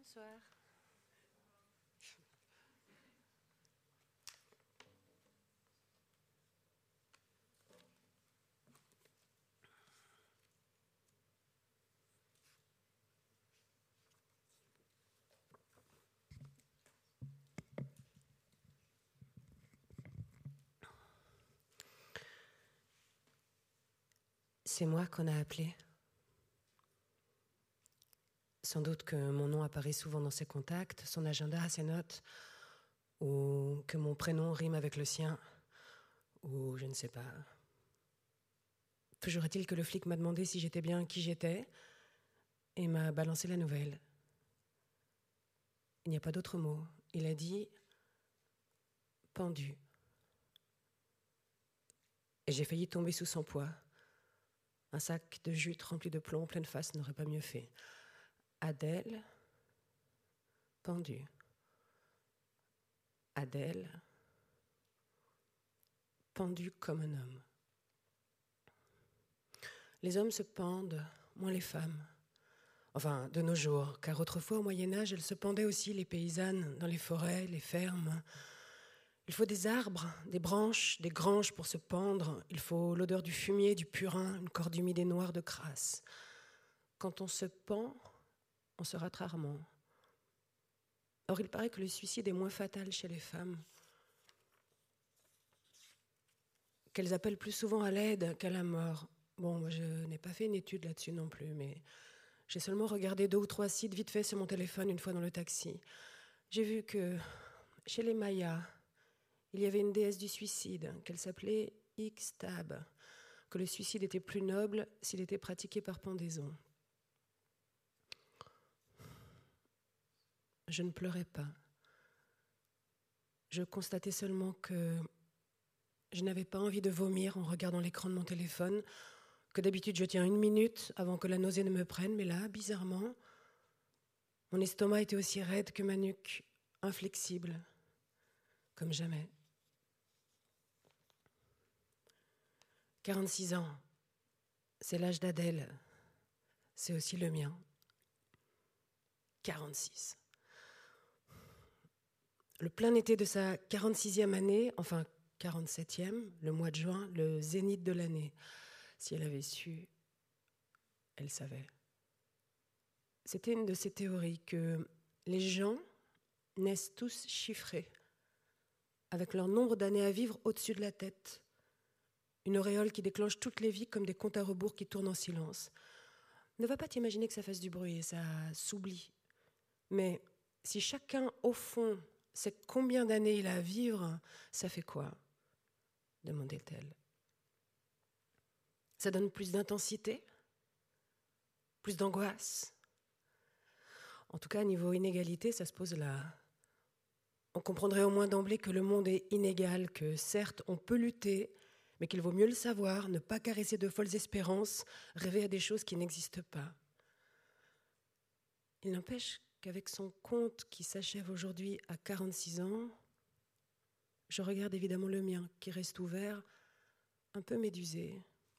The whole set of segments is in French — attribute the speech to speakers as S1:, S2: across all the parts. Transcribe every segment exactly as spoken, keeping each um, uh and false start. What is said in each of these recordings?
S1: Bonsoir. C'est moi qu'on a appelé. Sans doute que mon nom apparaît souvent dans ses contacts, son agenda, ses notes, ou que mon prénom rime avec le sien, ou je ne sais pas. Toujours est-il que le flic m'a demandé si j'étais bien qui j'étais et m'a balancé la nouvelle. Il n'y a pas d'autre mot. Il a dit « pendu ». Et j'ai failli tomber sous son poids. Un sac de jute rempli de plomb en pleine face n'aurait pas mieux fait. Adèle, pendue. Adèle, pendue comme un homme. Les hommes se pendent, moins les femmes. Enfin, de nos jours, car autrefois, au Moyen-Âge, elles se pendaient aussi, les paysannes, dans les forêts, les fermes. Il faut des arbres, des branches, des granges pour se pendre. Il faut l'odeur du fumier, du purin, une corde humide et noire de crasse. Quand on se pend, on se rate rarement. Or, il paraît que le suicide est moins fatal chez les femmes, qu'elles appellent plus souvent à l'aide qu'à la mort. Bon, moi, je n'ai pas fait une étude là-dessus non plus, mais j'ai seulement regardé deux ou trois sites vite fait sur mon téléphone une fois dans le taxi. J'ai vu que chez les Mayas, il y avait une déesse du suicide, qu'elle s'appelait Ixtab, que le suicide était plus noble s'il était pratiqué par pendaison. Je ne pleurais pas. Je constatais seulement que je n'avais pas envie de vomir en regardant l'écran de mon téléphone, que d'habitude je tiens une minute avant que la nausée ne me prenne, mais là, bizarrement, mon estomac était aussi raide que ma nuque, inflexible, comme jamais. quarante-six ans, c'est l'âge d'Adèle, c'est aussi le mien. quarante-six. Le plein été de sa quarante-sixième année, enfin quarante-septième, le mois de juin, le zénith de l'année. Si elle avait su, elle savait. C'était une de ces théories que les gens naissent tous chiffrés, avec leur nombre d'années à vivre au-dessus de la tête. Une auréole qui déclenche toutes les vies comme des comptes à rebours qui tournent en silence. Ne va pas t'imaginer que ça fasse du bruit et ça s'oublie. Mais si chacun, au fond, sait combien d'années il a à vivre, ça fait quoi ? Demandait-elle. Ça donne plus d'intensité ? Plus d'angoisse ? En tout cas, niveau inégalité, ça se pose là. On comprendrait au moins d'emblée que le monde est inégal, que certes, on peut lutter, mais qu'il vaut mieux le savoir, ne pas caresser de folles espérances, rêver à des choses qui n'existent pas. Il n'empêche qu'avec son conte qui s'achève aujourd'hui à quarante-six ans, je regarde évidemment le mien, qui reste ouvert, un peu médusé.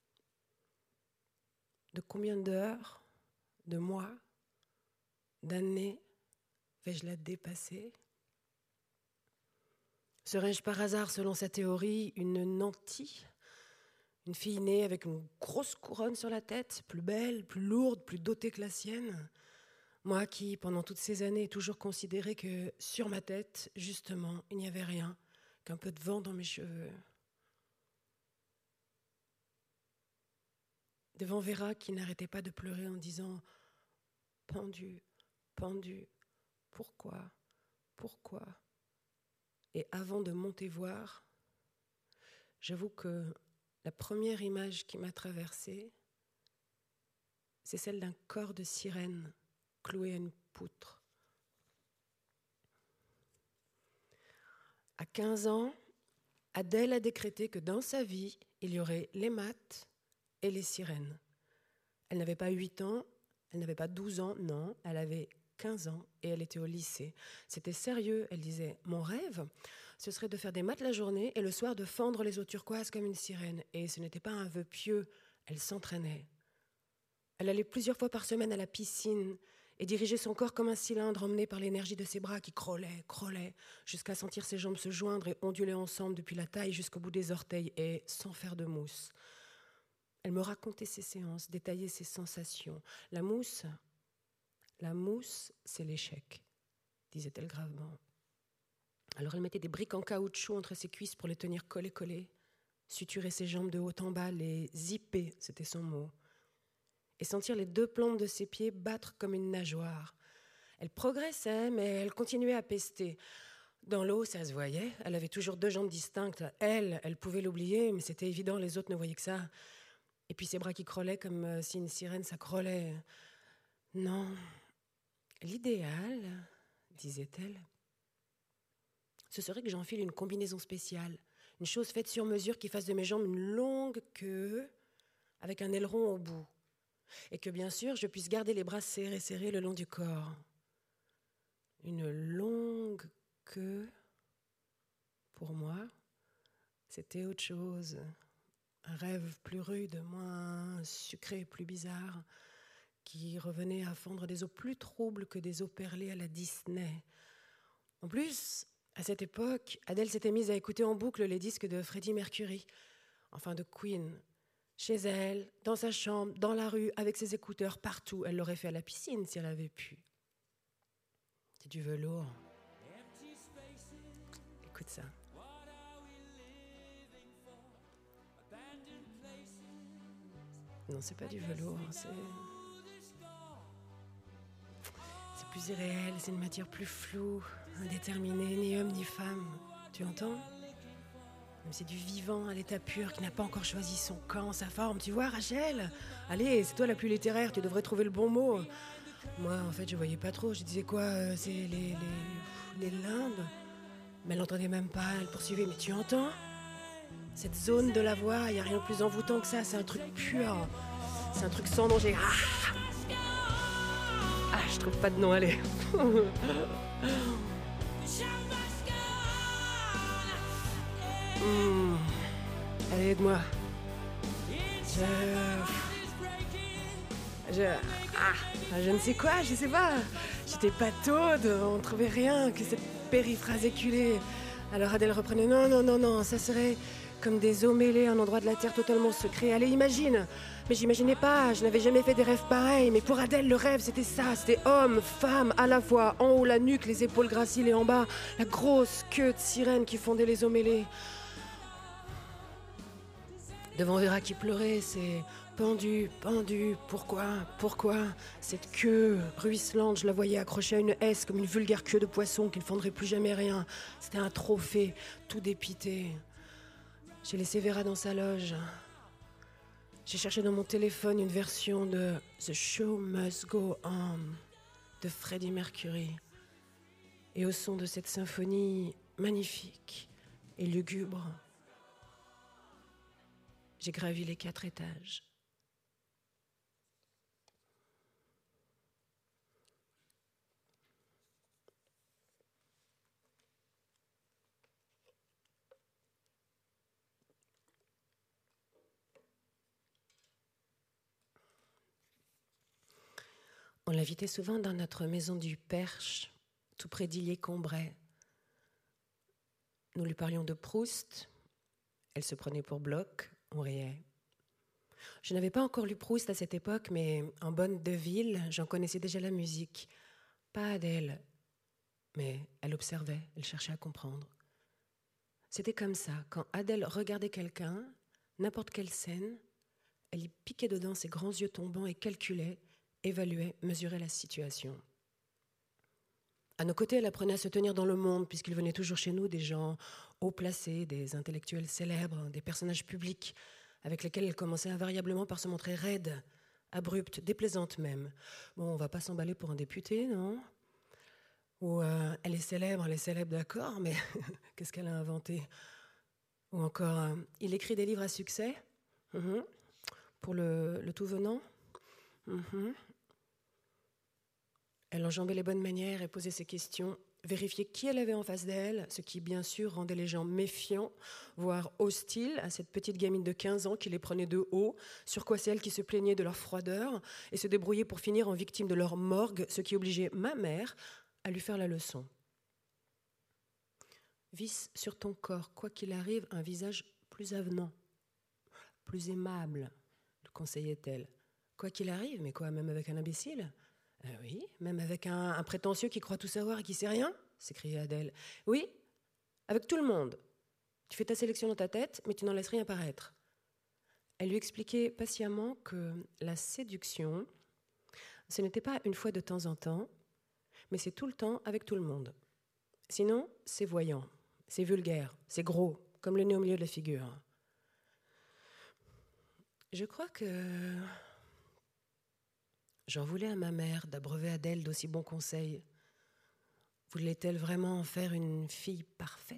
S1: De combien d'heures, de mois, d'années vais-je la dépasser ? Serais-je par hasard, selon sa théorie, une nantie ? Une fille née avec une grosse couronne sur la tête, plus belle, plus lourde, plus dotée que la sienne ? Moi qui, pendant toutes ces années, ai toujours considéré que sur ma tête, justement, il n'y avait rien, qu'un peu de vent dans mes cheveux. Devant Vera qui n'arrêtait pas de pleurer en disant « Pendu, pendu, pourquoi, pourquoi ?» Et avant de monter voir, j'avoue que la première image qui m'a traversée, c'est celle d'un corps de sirène cloué à une poutre. À quinze ans, Adèle a décrété que dans sa vie, il y aurait les maths et les sirènes. Elle n'avait pas huit ans, elle n'avait pas douze ans, non, elle avait quinze ans et elle était au lycée. C'était sérieux, elle disait « Mon rêve, ce serait de faire des maths la journée et le soir de fendre les eaux turquoises comme une sirène. » Et ce n'était pas un vœu pieux, elle s'entraînait. Elle allait plusieurs fois par semaine à la piscine et dirigeait son corps comme un cylindre emmené par l'énergie de ses bras qui crôlaient, crôlaient, jusqu'à sentir ses jambes se joindre et onduler ensemble depuis la taille jusqu'au bout des orteils et sans faire de mousse. Elle me racontait ses séances, détaillait ses sensations. La mousse, la mousse, c'est l'échec, disait-elle gravement. Alors elle mettait des briques en caoutchouc entre ses cuisses pour les tenir collées-collées, suturer ses jambes de haut en bas, les zipper, c'était son mot, et sentir les deux plantes de ses pieds battre comme une nageoire. Elle progressait, mais elle continuait à pester. Dans l'eau, ça se voyait, elle avait toujours deux jambes distinctes. Elle, elle pouvait l'oublier, mais c'était évident, les autres ne voyaient que ça. Et puis ses bras qui crôlaient comme si une sirène, ça crôlait. Non, l'idéal, disait-elle, ce serait que j'enfile une combinaison spéciale, une chose faite sur mesure qui fasse de mes jambes une longue queue avec un aileron au bout. Et que bien sûr, je puisse garder les bras serrés, serrés le long du corps. Une longue queue, pour moi, c'était autre chose. Un rêve plus rude, moins sucré, plus bizarre, qui revenait à fendre des eaux plus troubles que des eaux perlées à la Disney. En plus, à cette époque, Adèle s'était mise à écouter en boucle les disques de Freddie Mercury, enfin de Queen. Chez elle, dans sa chambre, dans la rue, avec ses écouteurs, partout. Elle l'aurait fait à la piscine si elle avait pu. C'est du velours. Écoute ça. Non, c'est pas du velours, c'est... C'est plus irréel, c'est une matière plus floue, indéterminée, ni homme ni femme. Tu entends ? C'est du vivant à l'état pur qui n'a pas encore choisi son camp, sa forme. Tu vois, Rachel ? Allez, c'est toi la plus littéraire, tu devrais trouver le bon mot. Moi, en fait, je voyais pas trop. Je disais quoi euh, C'est les, les, les limbes. Mais elle n'entendait même pas, elle poursuivait. Mais tu entends ? Cette zone de la voix, il n'y a rien de plus envoûtant que ça. C'est un truc pur. C'est un truc sans danger. Ah, ah je trouve pas de nom, allez. Mmh. Allez, aide-moi. Je... Je... Ah, je ne sais quoi, je sais pas. J'étais pas taude, on trouvait rien que cette périphrase éculée. Alors Adèle reprenait, non, non, non, non, ça serait comme des eaux mêlées, un endroit de la terre totalement secret. Allez, imagine. Mais j'imaginais pas, je n'avais jamais fait des rêves pareils. Mais pour Adèle, le rêve, c'était ça. C'était homme, femme, à la fois. En haut, la nuque, les épaules graciles et en bas, la grosse queue de sirène qui fondait les eaux mêlées. Devant Vera qui pleurait, c'est pendu, pendu, pourquoi, pourquoi cette queue ruisselante, je la voyais accrochée à une S comme une vulgaire queue de poisson qui ne fendrait plus jamais rien. C'était un trophée, tout dépité. J'ai laissé Vera dans sa loge. J'ai cherché dans mon téléphone une version de The Show Must Go On de Freddie Mercury. Et au son de cette symphonie magnifique et lugubre, j'ai gravi les quatre étages. On l'invitait souvent dans notre maison du Perche, tout près d'Illier-Combray. Nous lui parlions de Proust. Elle se prenait pour Bloch, on riait. Je n'avais pas encore lu Proust à cette époque, mais en bonne de ville, j'en connaissais déjà la musique. Pas Adèle, mais elle observait, elle cherchait à comprendre. C'était comme ça, quand Adèle regardait quelqu'un, n'importe quelle scène, elle y piquait dedans ses grands yeux tombants et calculait, évaluait, mesurait la situation. À nos côtés, elle apprenait à se tenir dans le monde, puisqu'il venait toujours chez nous des gens haut placés, des intellectuels célèbres, des personnages publics, avec lesquels elle commençait invariablement par se montrer raide, abrupte, déplaisante même. Bon, on va pas s'emballer pour un député, non ? Ou euh, elle est célèbre, elle est célèbre, d'accord, mais qu'est-ce qu'elle a inventé ? Ou encore, euh, il écrit des livres à succès, mm-hmm. pour le, le tout venant. Mm-hmm. Elle enjambait les bonnes manières et posait ses questions vérifier qui elle avait en face d'elle, ce qui bien sûr rendait les gens méfiants, voire hostiles à cette petite gamine de quinze ans qui les prenait de haut, sur quoi c'est elle qui se plaignait de leur froideur et se débrouillait pour finir en victime de leur morgue, ce qui obligeait ma mère à lui faire la leçon. Visse sur ton corps, quoi qu'il arrive, un visage plus avenant, plus aimable, lui conseillait-elle. Quoi qu'il arrive, mais quoi, même avec un imbécile ? Euh, oui, même avec un, un prétentieux qui croit tout savoir et qui sait rien, s'écriait Adèle. Oui, avec tout le monde. Tu fais ta sélection dans ta tête, mais tu n'en laisses rien paraître. Elle lui expliquait patiemment que la séduction, ce n'était pas une fois de temps en temps, mais c'est tout le temps avec tout le monde. Sinon, c'est voyant, c'est vulgaire, c'est gros, comme le nez au milieu de la figure. Je crois que j'en voulais à ma mère d'abreuver Adèle d'aussi bons conseils. Voulait-elle vraiment en faire une fille parfaite ?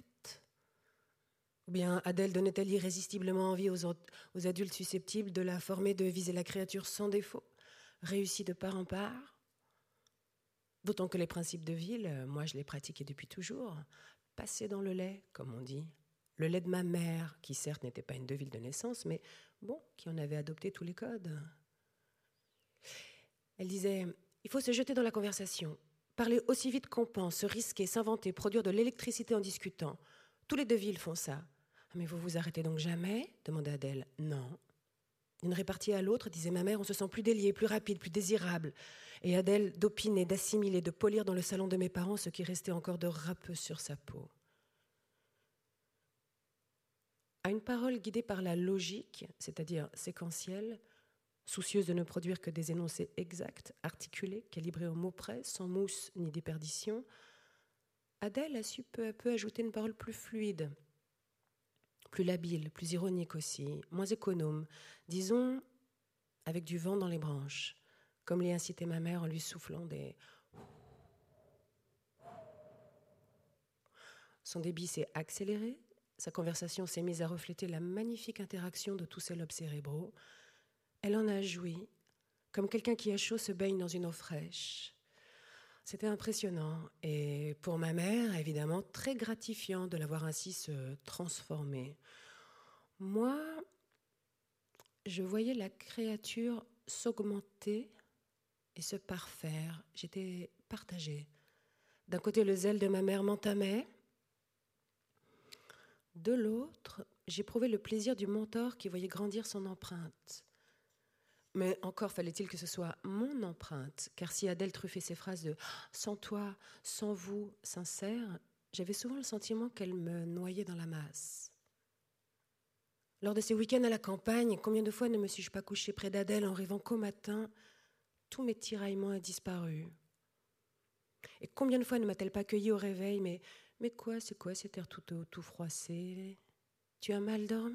S1: Ou bien Adèle donnait-elle irrésistiblement envie aux, aux adultes susceptibles de la former, de viser la créature sans défaut, réussie de part en part ? D'autant que les principes de ville, moi je les pratiquais depuis toujours, passaient dans le lait, comme on dit. Le lait de ma mère, qui certes n'était pas une deville de naissance, mais bon, qui en avait adopté tous les codes. Elle disait, il faut se jeter dans la conversation, parler aussi vite qu'on pense, se risquer, s'inventer, produire de l'électricité en discutant. Tous les devilles font ça. Mais vous vous arrêtez donc jamais ? Demandait Adèle. Non. D'une répartie à l'autre, disait ma mère, on se sent plus délié, plus rapide, plus désirable. Et Adèle d'opiner, d'assimiler, de polir dans le salon de mes parents ce qui restait encore de râpeux sur sa peau. À une parole guidée par la logique, c'est-à-dire séquentielle, soucieuse de ne produire que des énoncés exacts, articulés, calibrés au mot près, sans mousse ni déperdition, Adèle a su peu à peu ajouter une parole plus fluide, plus labile, plus ironique aussi, moins économe, disons avec du vent dans les branches, comme l'y incitait ma mère en lui soufflant des... Son débit s'est accéléré, sa conversation s'est mise à refléter la magnifique interaction de tous ses lobes cérébraux. Elle en a joui, comme quelqu'un qui a chaud se baigne dans une eau fraîche. C'était impressionnant et pour ma mère, évidemment, très gratifiant de la voir ainsi se transformer. Moi, je voyais la créature s'augmenter et se parfaire. J'étais partagée. D'un côté, le zèle de ma mère m'entamait. De l'autre, j'éprouvais le plaisir du mentor qui voyait grandir son empreinte. Mais encore fallait-il que ce soit mon empreinte, car si Adèle truffait ses phrases de « sans toi, sans vous, sincère », j'avais souvent le sentiment qu'elle me noyait dans la masse. Lors de ces week-ends à la campagne, combien de fois ne me suis-je pas couchée près d'Adèle en rêvant qu'au matin, tous mes tiraillements aient disparu. Et combien de fois ne m'a-t-elle pas cueillie au réveil, mais, mais quoi, c'est quoi cet air tout, tout, tout froissé ? Tu as mal dormi ?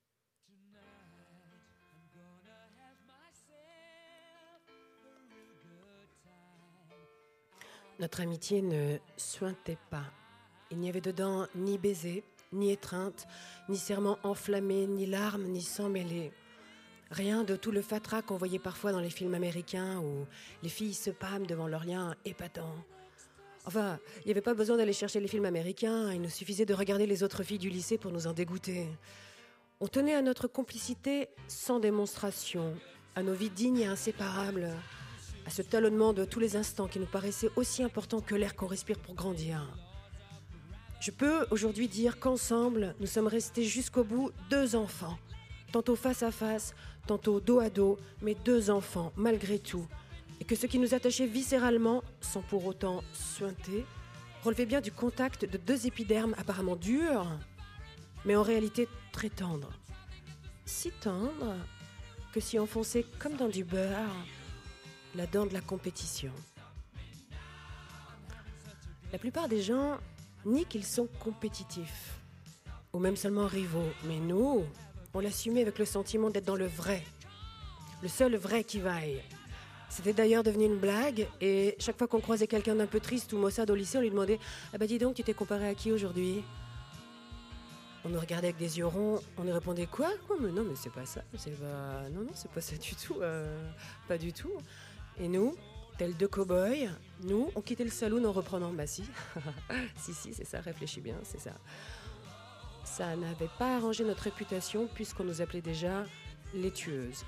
S1: Notre amitié ne suintait pas. Il n'y avait dedans ni baiser, ni étreinte, ni serment enflammé, ni larmes, ni sang mêlé. Rien de tout le fatras qu'on voyait parfois dans les films américains où les filles se pâment devant leur lien épatant. Enfin, il n'y avait pas besoin d'aller chercher les films américains, il nous suffisait de regarder les autres filles du lycée pour nous en dégoûter. On tenait à notre complicité sans démonstration, à nos vies dignes et inséparables, à ce talonnement de tous les instants qui nous paraissait aussi important que l'air qu'on respire pour grandir. Je peux aujourd'hui dire qu'ensemble, nous sommes restés jusqu'au bout deux enfants, tantôt face à face, tantôt dos à dos, mais deux enfants malgré tout, et que ce qui nous attachait viscéralement, sans pour autant suinter, relevait bien du contact de deux épidermes apparemment durs, mais en réalité très tendres. Si tendres que s'y enfonçait comme dans du beurre la dent de la compétition. La plupart des gens nient qu'ils sont compétitifs, ou même seulement rivaux, mais nous, on l'assumait avec le sentiment d'être dans le vrai, le seul vrai qui vaille. C'était d'ailleurs devenu une blague, et chaque fois qu'on croisait quelqu'un d'un peu triste ou maussade au lycée, on lui demandait « Ah bah dis donc, tu t'es comparé à qui aujourd'hui ?» On nous regardait avec des yeux ronds, on nous répondait « Quoi ? Quoi ? Mais non, mais c'est pas ça, c'est pas... Non, non, c'est pas ça du tout, euh, pas du tout. » Et nous, Tels deux cow-boys, nous, on quittait le saloon en reprenant. Bah si, si, si, c'est ça, réfléchis bien, c'est ça. Ça n'avait pas arrangé notre réputation puisqu'on nous appelait déjà les tueuses.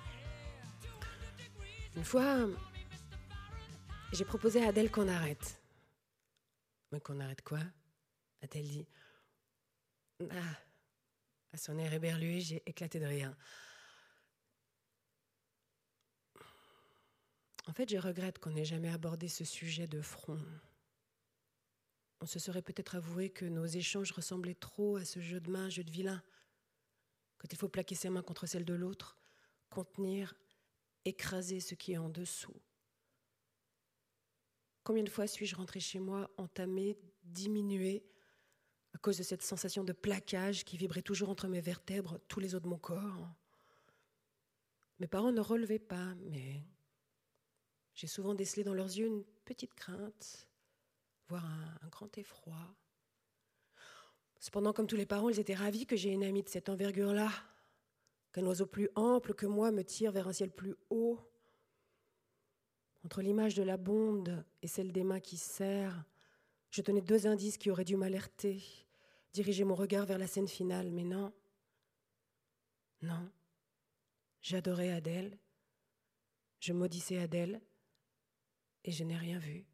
S1: Une fois, j'ai proposé à Adèle qu'on arrête. Mais qu'on arrête quoi? A-t-elle dit. Ah, à son air éberlué, j'ai éclaté de rire. En fait, je regrette qu'on n'ait jamais abordé ce sujet de front. On se serait peut-être avoué que nos échanges ressemblaient trop à ce jeu de main, jeu de vilain. Quand il faut plaquer ses mains contre celles de l'autre, contenir, écraser ce qui est en dessous. Combien de fois suis-je rentrée chez moi entamée, diminuée, à cause de cette sensation de plaquage qui vibrait toujours entre mes vertèbres, tous les os de mon corps. Mes parents ne relevaient pas, mais j'ai souvent décelé dans leurs yeux une petite crainte, voire un, un grand effroi. Cependant, comme tous les parents, ils étaient ravis que j'ai une amie de cette envergure-là, qu'un oiseau plus ample que moi me tire vers un ciel plus haut. Entre l'image de la bonde et celle des mains qui serrent, je tenais deux indices qui auraient dû m'alerter, diriger mon regard vers la scène finale, mais non. Non. J'adorais Adèle, je maudissais Adèle, et je n'ai rien vu.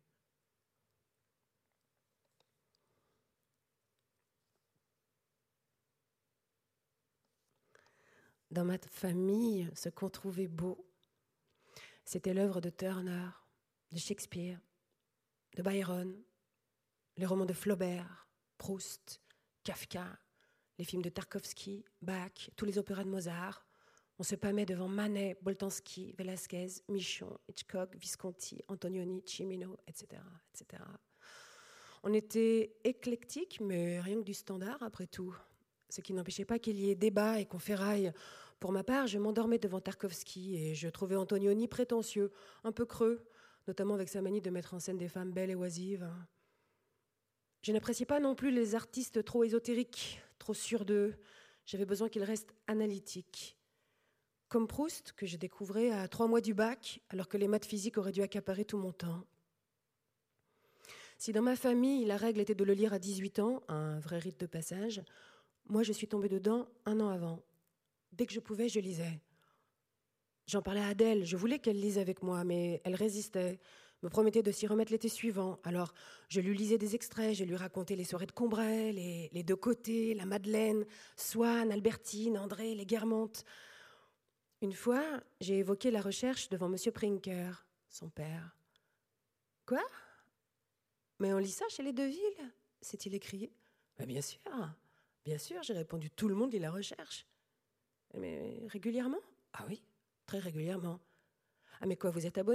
S1: Dans ma famille, ce qu'on trouvait beau, c'était l'œuvre de Turner, de Shakespeare, de Byron, les romans de Flaubert, Proust, Kafka, les films de Tarkovsky, Bach, tous les opéras de Mozart. On se pâmait devant Manet, Boltanski, Velázquez, Michon, Hitchcock, Visconti, Antonioni, Cimino, et cetera, et cetera. On était éclectiques, mais rien que du standard après tout. Ce qui n'empêchait pas qu'il y ait débat et qu'on ferraille. Pour ma part, je m'endormais devant Tarkovsky et je trouvais Antonioni prétentieux, un peu creux, notamment avec sa manie de mettre en scène des femmes belles et oisives. Je n'appréciais pas non plus les artistes trop ésotériques, trop sûrs d'eux. J'avais besoin qu'ils restent analytiques. Comme Proust, que je découvrais à trois mois du bac, alors que les maths physiques auraient dû accaparer tout mon temps. Si dans ma famille, la règle était de le lire à dix-huit ans, un vrai rite de passage, moi je suis tombée dedans un an avant. Dès que je pouvais, je lisais. J'en parlais à Adèle, je voulais qu'elle lise avec moi, mais elle résistait, me promettait de s'y remettre l'été suivant. Alors je lui lisais des extraits, je lui racontais les soirées de Combray, les, les Deux Côtés, la Madeleine, Swann, Albertine, André, les Guermantes. Une fois, j'ai évoqué la recherche devant Monsieur Prinker, son père. « Quoi ? Mais on lit ça chez les Deville ?» s'est-il écrié. « Bien sûr, bien sûr, j'ai répondu, tout le monde lit la recherche. » « Mais régulièrement ? » ?»« Ah oui, très régulièrement. »« Ah mais quoi, vous êtes abonné ?»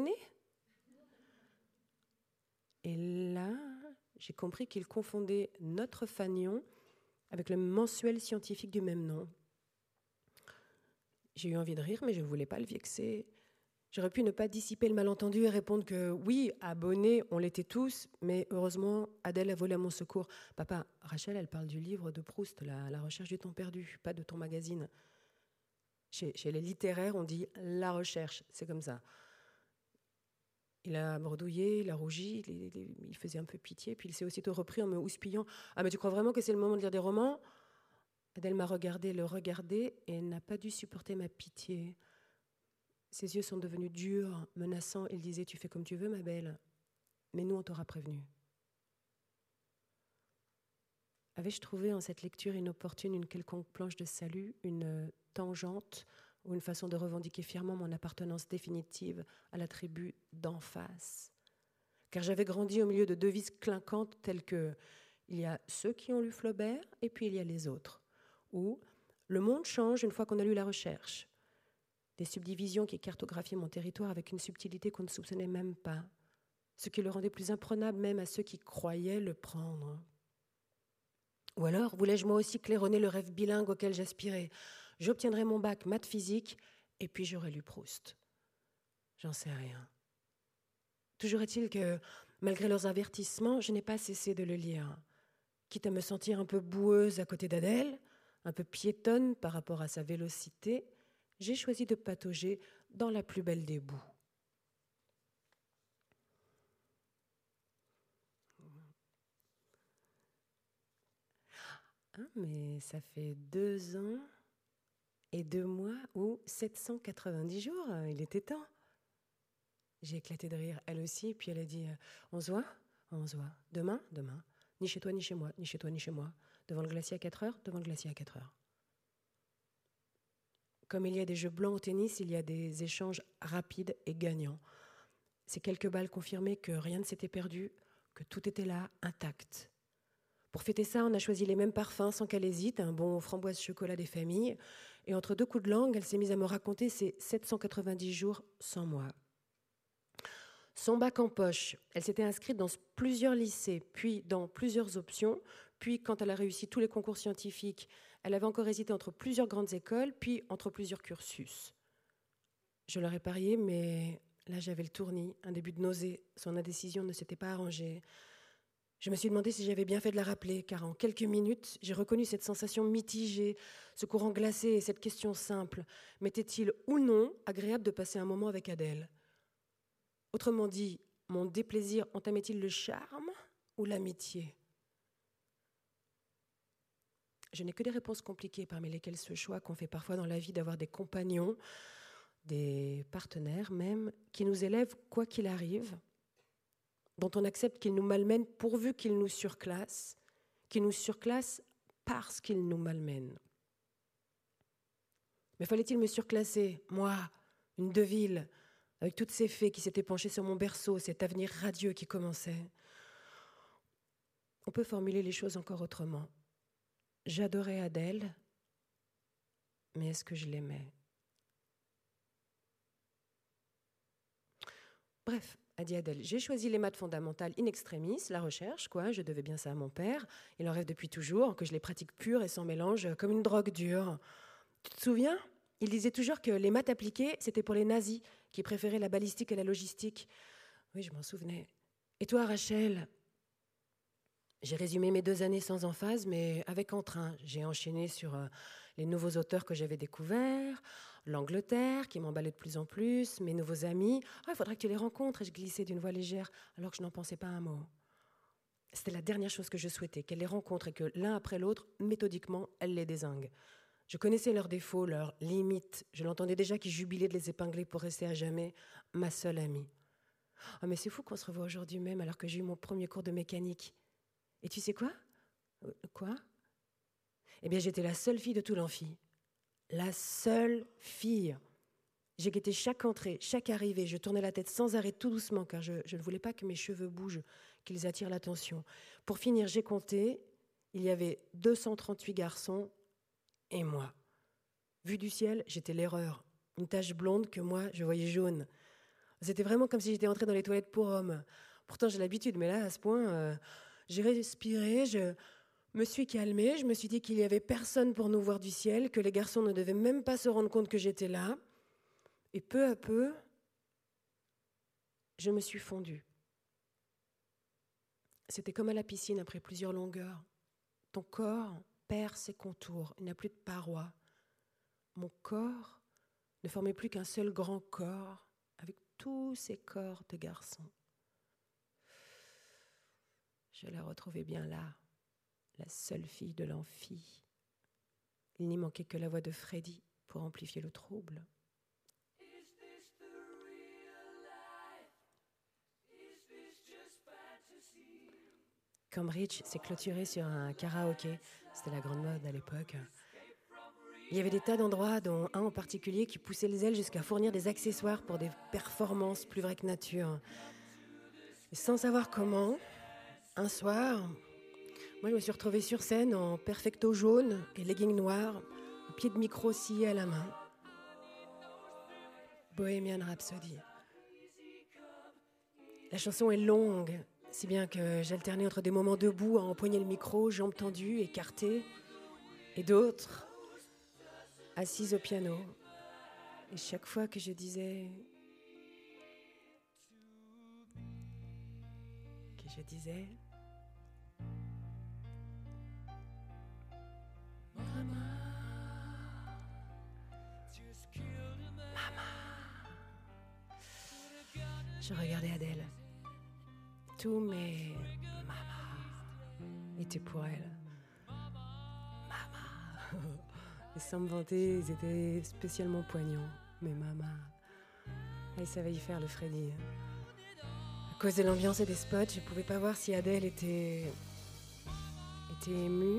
S1: Et là, j'ai compris qu'il confondait notre fanion avec le mensuel scientifique du même nom. J'ai eu envie de rire, mais je ne voulais pas le vexer. J'aurais pu ne pas dissiper le malentendu et répondre que oui, abonnés, on l'était tous, mais heureusement, Adèle a volé à mon secours. « Papa, Rachel, elle parle du livre de Proust, la, la recherche du temps perdu, pas de ton magazine. » Chez, chez les littéraires, on dit « la recherche », c'est comme ça. Il a bredouillé, il a rougi, il, il, il faisait un peu pitié, puis il s'est aussitôt repris en me houspillant. « Ah, mais tu crois vraiment que c'est le moment de lire des romans ?» Adèle m'a regardé, le regardé, et n'a pas dû supporter ma pitié. Ses yeux sont devenus durs, menaçants. Il disait « Tu fais comme tu veux, ma belle, mais nous, on t'aura prévenu. » Avais-je trouvé en cette lecture inopportune une quelconque planche de salut, une tangente ou une façon de revendiquer fièrement mon appartenance définitive à la tribu d'en face ? Car j'avais grandi au milieu de devises clinquantes telles que « il y a ceux qui ont lu Flaubert et puis il y a les autres » ou « le monde change une fois qu'on a lu la recherche ». Des subdivisions qui cartographiaient mon territoire avec une subtilité qu'on ne soupçonnait même pas, ce qui le rendait plus imprenable même à ceux qui croyaient le prendre. Ou alors, voulais-je moi aussi claironner le rêve bilingue auquel j'aspirais ? J'obtiendrais mon bac maths physique et puis j'aurais lu Proust. J'en sais rien. Toujours est-il que, malgré leurs avertissements, je n'ai pas cessé de le lire. Quitte à me sentir un peu boueuse à côté d'Adèle, un peu piétonne par rapport à sa vélocité, j'ai choisi de patauger dans la plus belle des boues. Ah, mais ça fait deux ans et deux mois ou sept cent quatre-vingt-dix jours. Il était temps. J'ai éclaté de rire, elle aussi, puis elle a dit « On se voit ? On se voit. Demain ? Demain. Ni chez toi, ni chez moi, ni chez toi, ni chez moi. Devant le glacier à quatre heures, devant le glacier à quatre heures. » Comme il y a des jeux blancs au tennis, il y a des échanges rapides et gagnants. Ces quelques balles confirmaient que rien ne s'était perdu, que tout était là, intact. Pour fêter ça, on a choisi les mêmes parfums sans qu'elle hésite, un bon framboise chocolat des familles. Et entre deux coups de langue, elle s'est mise à me raconter ses sept cent quatre-vingt-dix jours sans moi. Son bac en poche, elle s'était inscrite dans plusieurs lycées, puis dans plusieurs options, puis quand elle a réussi tous les concours scientifiques, elle avait encore hésité entre plusieurs grandes écoles, puis entre plusieurs cursus. Je leur ai parié, mais là j'avais le tournis, un début de nausée, son indécision ne s'était pas arrangée. Je me suis demandé si j'avais bien fait de la rappeler, car en quelques minutes, j'ai reconnu cette sensation mitigée, ce courant glacé et cette question simple. M'était-il ou non agréable de passer un moment avec Adèle ? Autrement dit, mon déplaisir entamait-il le charme ou l'amitié ? Je n'ai que des réponses compliquées, parmi lesquelles ce choix qu'on fait parfois dans la vie d'avoir des compagnons, des partenaires même, qui nous élèvent quoi qu'il arrive, dont on accepte qu'ils nous malmènent pourvu qu'ils nous surclassent, qu'ils nous surclassent parce qu'ils nous malmènent. Mais fallait-il me surclasser, moi, une Deville, avec toutes ces fées qui s'étaient penchées sur mon berceau, cet avenir radieux qui commençait ? On peut formuler les choses encore autrement. J'adorais Adèle, mais est-ce que je l'aimais ? Bref, a dit Adèle, j'ai choisi les maths fondamentales in extremis, la recherche, quoi, je devais bien ça à mon père. Il en rêve depuis toujours, que je les pratique pures et sans mélange, comme une drogue dure. Tu te souviens ? Il disait toujours que les maths appliquées, c'était pour les nazis, qui préféraient la balistique et la logistique. Oui, je m'en souvenais. Et toi, Rachel ? J'ai résumé mes deux années sans emphase, mais avec entrain. J'ai enchaîné sur euh, les nouveaux auteurs que j'avais découverts, l'Angleterre qui m'emballait de plus en plus, mes nouveaux amis. « Ah, il faudrait que tu les rencontres !» Et je glissais d'une voix légère, alors que je n'en pensais pas un mot. C'était la dernière chose que je souhaitais, qu'elle les rencontre et que l'un après l'autre, méthodiquement, elle les dézingue. Je connaissais leurs défauts, leurs limites. Je l'entendais déjà qui jubilait de les épingler pour rester à jamais ma seule amie. Oh, mais c'est fou qu'on se revoie aujourd'hui même, alors que j'ai eu mon premier cours de mécanique. Et tu sais quoi ? Quoi ? Eh bien, j'étais la seule fille de tout l'amphi. La seule fille. J'ai guetté chaque entrée, chaque arrivée. Je tournais la tête sans arrêt, tout doucement, car je, je ne voulais pas que mes cheveux bougent, qu'ils attirent l'attention. Pour finir, j'ai compté. Il y avait deux cent trente-huit garçons et moi. Vue du ciel, j'étais l'erreur. Une tache blonde que moi, je voyais jaune. C'était vraiment comme si j'étais entrée dans les toilettes pour hommes. Pourtant, j'ai l'habitude, mais là, à ce point... Euh, J'ai respiré, je me suis calmée, je me suis dit qu'il n'y avait personne pour nous voir du ciel, que les garçons ne devaient même pas se rendre compte que j'étais là. Et peu à peu, je me suis fondue. C'était comme à la piscine après plusieurs longueurs. Ton corps perd ses contours, il n'y a plus de parois. Mon corps ne formait plus qu'un seul grand corps, avec tous ces corps de garçons. Je la retrouvais bien là, la seule fille de l'amphi. Il n'y manquait que la voix de Freddy pour amplifier le trouble. Cambridge s'est clôturé sur un karaoké. C'était la grande mode à l'époque. Il y avait des tas d'endroits, dont un en particulier qui poussait les ailes jusqu'à fournir des accessoires pour des performances plus vraies que nature. Et sans savoir comment, un soir... Moi, je me suis retrouvée sur scène en perfecto jaune et legging noir, un pied de micro scié à la main. Bohemian Rhapsody. La chanson est longue, si bien que j'alternais entre des moments debout à empoigner le micro, jambes tendues, écartées, et d'autres assises au piano. Et chaque fois que je disais... que je disais... Je regardais Adèle. Tous mes mamas étaient pour elle. Et sans me vanter, ils étaient spécialement poignants. Mais maman, elle savait y faire le Freddy. À cause de l'ambiance et des spots, je pouvais pas voir si Adèle était... était émue.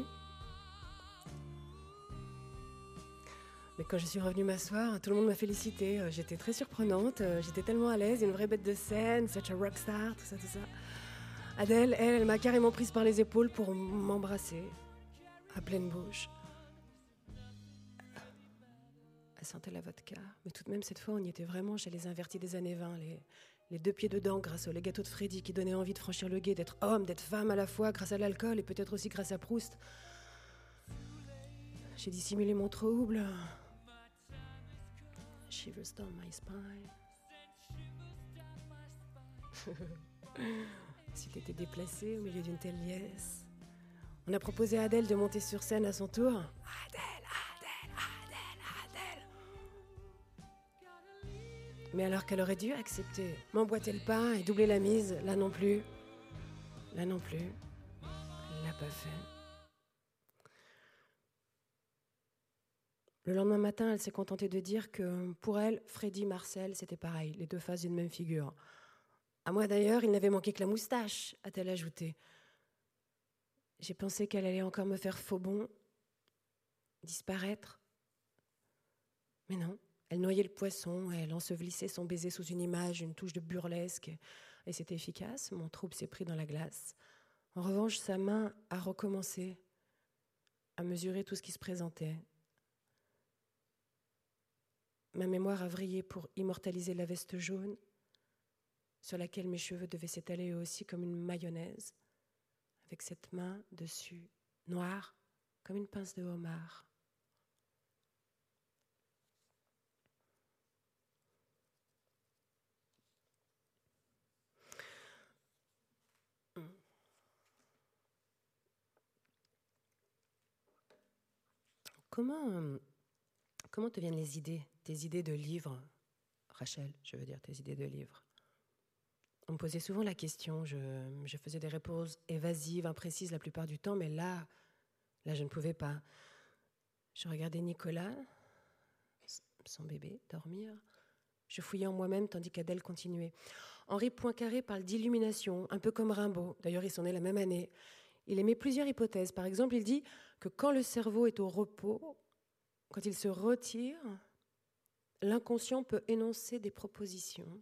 S1: Mais quand je suis revenue m'asseoir, tout le monde m'a félicité. J'étais très surprenante, j'étais tellement à l'aise, une vraie bête de scène, such a rockstar, tout ça, tout ça. Adèle, elle, elle m'a carrément prise par les épaules pour m'embrasser, à pleine bouche. Elle sentait la vodka, mais tout de même, cette fois, on y était vraiment chez les invertis des années vingt, les, les deux pieds dedans grâce aux les gâteaux de Freddy qui donnaient envie de franchir le gué, d'être homme, d'être femme à la fois, grâce à l'alcool et peut-être aussi grâce à Proust. J'ai dissimulé mon trouble. Shivers down my spine. Si t'étais déplacée au milieu d'une telle liesse. On a proposé à Adèle de monter sur scène à son tour. Adèle, Adèle, Adèle, Adèle. Mais alors qu'elle aurait dû accepter, m'emboîter le pas et doubler la mise, là non plus. Là non plus. Elle l'a pas fait. Le lendemain matin, elle s'est contentée de dire que pour elle, Freddy, Marcel, c'était pareil, les deux faces d'une même figure. À moi d'ailleurs, il n'avait manqué que la moustache, a-t-elle ajouté. J'ai pensé qu'elle allait encore me faire faux bond, disparaître. Mais non, elle noyait le poisson, elle ensevelissait son baiser sous une image, une touche de burlesque. Et c'était efficace, mon trouble s'est pris dans la glace. En revanche, sa main a recommencé à mesurer tout ce qui se présentait. Ma mémoire a vrillé pour immortaliser la veste jaune, sur laquelle mes cheveux devaient s'étaler eux aussi comme une mayonnaise, avec cette main dessus, noire, comme une pince de homard. Comment, comment te viennent les idées, tes idées de livres, Rachel, je veux dire tes idées de livres? On me posait souvent la question, je, je faisais des réponses évasives, imprécises la plupart du temps, mais là, là je ne pouvais pas. Je regardais Nicolas, son bébé, dormir. Je fouillais en moi-même tandis qu'Adèle continuait. Henri Poincaré parle d'illumination, un peu comme Rimbaud. D'ailleurs, ils sont nés la même année. Il émet plusieurs hypothèses. Par exemple, il dit que quand le cerveau est au repos, quand il se retire, l'inconscient peut énoncer des propositions.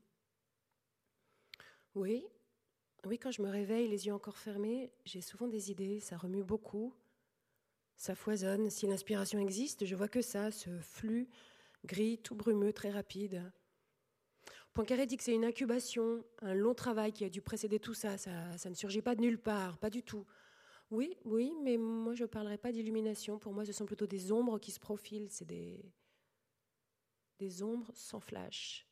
S1: Oui, oui, quand je me réveille, les yeux encore fermés, j'ai souvent des idées, ça remue beaucoup, ça foisonne. Si l'inspiration existe, je vois que ça, ce flux gris, tout brumeux, très rapide. Poincaré dit que c'est une incubation, un long travail qui a dû précéder tout ça. Ça, ça ne surgit pas de nulle part, pas du tout. Oui, oui, mais moi je ne parlerai pas d'illumination. Pour moi, ce sont plutôt des ombres qui se profilent. C'est des, des ombres sans flash.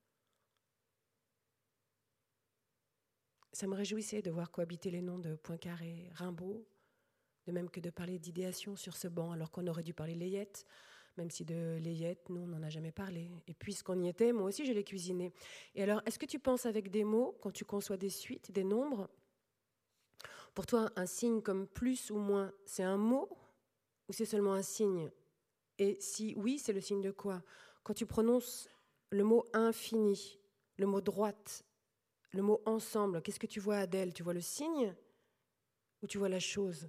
S1: Ça me réjouissait de voir cohabiter les noms de Poincaré, Rimbaud, de même que de parler d'idéation sur ce banc, alors qu'on aurait dû parler layette, même si de layette, nous, on n'en a jamais parlé. Et puisqu'on y était, moi aussi, je l'ai cuisiné. Et alors, est-ce que tu penses avec des mots, quand tu conçois des suites, des nombres? Pour toi, un signe comme plus ou moins, c'est un mot ou c'est seulement un signe? Et si oui, c'est le signe de quoi? Quand tu prononces le mot infini, le mot droite, le mot ensemble, qu'est-ce que tu vois, Adèle? Tu vois le signe ou tu vois la chose?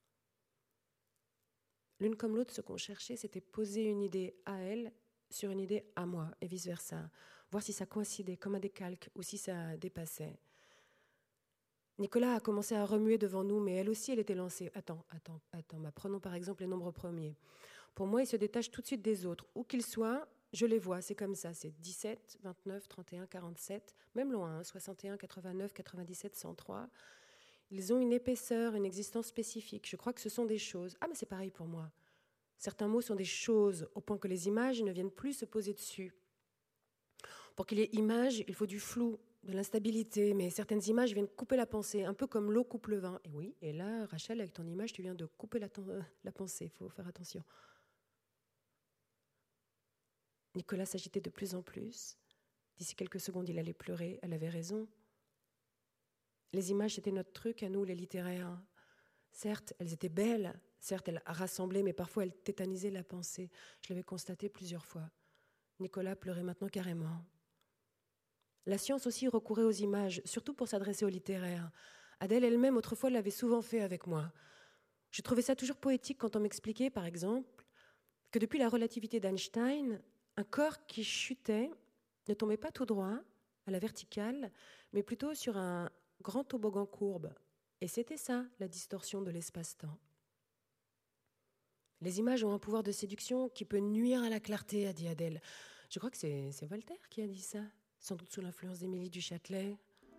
S1: L'une comme l'autre, ce qu'on cherchait, c'était poser une idée à elle sur une idée à moi, et vice-versa. Voir si ça coïncidait comme un décalque ou si ça dépassait. Nicolas a commencé à remuer devant nous, mais elle aussi, elle était lancée. Attends, attends, attends. Bah, prenons par exemple les nombres premiers. Pour moi, ils se détachent tout de suite des autres. Où qu'ils soient, je les vois, c'est comme ça. C'est dix-sept, vingt-neuf, trente et un, quarante-sept, même loin, hein, soixante et un, quatre-vingt-neuf, quatre-vingt-dix-sept, cent trois. Ils ont une épaisseur, une existence spécifique. Je crois que ce sont des choses. Ah, mais c'est pareil pour moi. Certains mots sont des choses, au point que les images ne viennent plus se poser dessus. Pour qu'il y ait image, il faut du flou, de l'instabilité, mais certaines images viennent couper la pensée, un peu comme l'eau coupe le vin. Et oui, et là, Rachel, avec ton image, tu viens de couper la, ten- la pensée, il faut faire attention. Nicolas s'agitait de plus en plus. D'ici quelques secondes, il allait pleurer, elle avait raison. Les images, c'était notre truc à nous, les littéraires. Certes, elles étaient belles, Certes, elle rassemblait, mais parfois elle tétanisait la pensée. Je l'avais constaté plusieurs fois. Nicolas pleurait maintenant carrément. La science aussi recourait aux images, surtout pour s'adresser au littéraire. Adèle elle-même, autrefois, l'avait souvent fait avec moi. Je trouvais ça toujours poétique quand on m'expliquait, par exemple, que depuis la relativité d'Einstein, un corps qui chutait ne tombait pas tout droit, à la verticale, mais plutôt sur un grand toboggan courbe. Et c'était ça, la distorsion de l'espace-temps. Les images ont un pouvoir de séduction qui peut nuire à la clarté, a dit Adèle. Je crois que c'est, c'est Voltaire qui a dit ça, sans doute sous l'influence d'Émilie du Châtelet.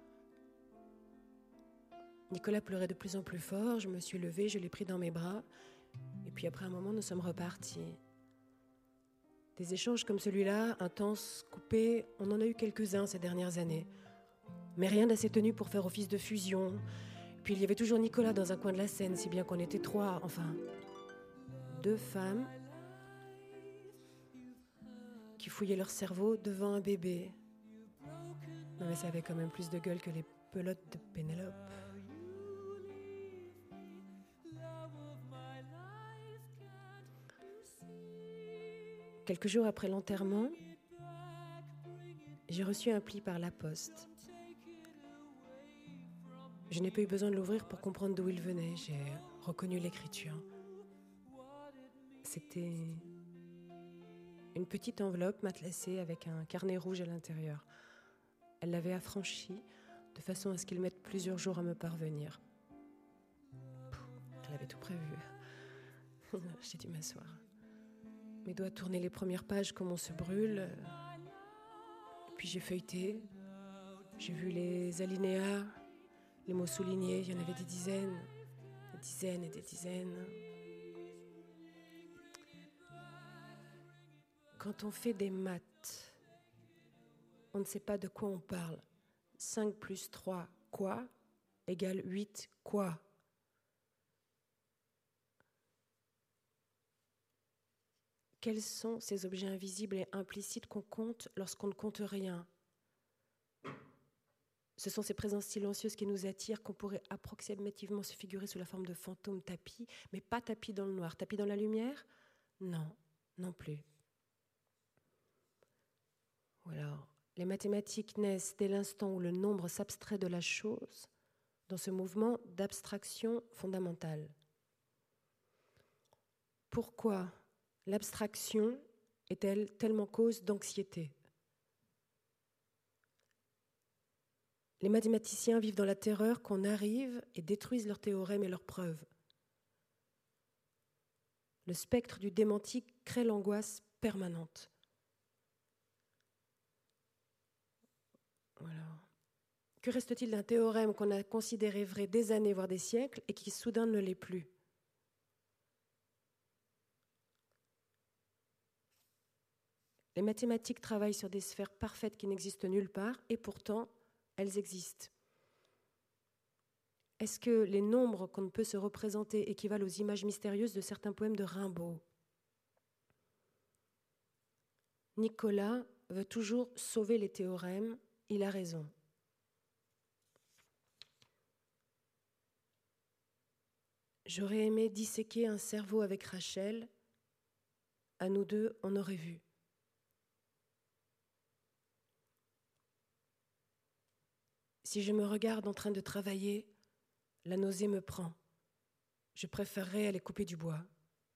S1: Nicolas pleurait de plus en plus fort, je me suis levée, je l'ai pris dans mes bras, et puis après un moment, nous sommes repartis. Des échanges comme celui-là, intenses, coupés, on en a eu quelques-uns ces dernières années. Mais rien d'assez tenu pour faire office de fusion. Puis il y avait toujours Nicolas dans un coin de la scène, si bien qu'on était trois, enfin, deux femmes qui fouillaient leur cerveau devant un bébé. Non mais ça avait quand même plus de gueule que les pelotes de Pénélope. Quelques jours après l'enterrement, j'ai reçu un pli par la poste. Je n'ai pas eu besoin de l'ouvrir pour comprendre d'où il venait. J'ai reconnu l'écriture. C'était une petite enveloppe matelassée avec un carnet rouge à l'intérieur. Elle l'avait affranchi de façon à ce qu'il mette plusieurs jours à me parvenir. Pouh, elle avait tout prévu. J'ai dû m'asseoir. Mes doigts tournaient les premières pages comme on se brûle. Puis j'ai feuilleté. J'ai vu les alinéas, les mots soulignés. Il y en avait des dizaines, des dizaines et des dizaines. Quand on fait des maths, on ne sait pas de quoi on parle. cinq plus trois, quoi, égale huit, quoi. Quels sont ces objets invisibles et implicites qu'on compte lorsqu'on ne compte rien ? Ce sont ces présences silencieuses qui nous attirent, qu'on pourrait approximativement se figurer sous la forme de fantômes tapis, mais pas tapis dans le noir. Tapis dans la lumière ? Non, non plus. Ou alors, les mathématiques naissent dès l'instant où le nombre s'abstrait de la chose, dans ce mouvement d'abstraction fondamentale. Pourquoi l'abstraction est-elle tellement cause d'anxiété ? Les mathématiciens vivent dans la terreur qu'on arrive et détruise leurs théorèmes et leurs preuves. Le spectre du démenti crée l'angoisse permanente. Voilà. Que reste-t-il d'un théorème qu'on a considéré vrai des années, voire des siècles, et qui soudain ne l'est plus ? Les mathématiques travaillent sur des sphères parfaites qui n'existent nulle part, et pourtant, elles existent. Est-ce que les nombres qu'on ne peut se représenter équivalent aux images mystérieuses de certains poèmes de Rimbaud ? Nicolas veut toujours sauver les théorèmes, il a raison. J'aurais aimé disséquer un cerveau avec Rachel, à nous deux, on aurait vu. Si je me regarde en train de travailler, la nausée me prend. Je préférerais aller couper du bois.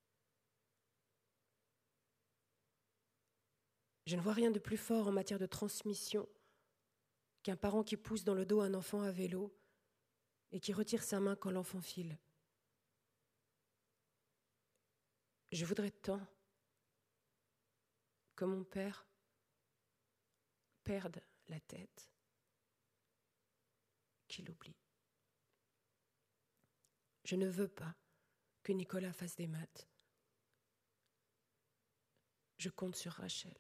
S1: Je ne vois rien de plus fort en matière de transmission qu'un parent qui pousse dans le dos un enfant à vélo et qui retire sa main quand l'enfant file. Je voudrais tant que mon père perde la tête, qu'il oublie. Je ne veux pas que Nicolas fasse des maths. Je compte sur Rachel.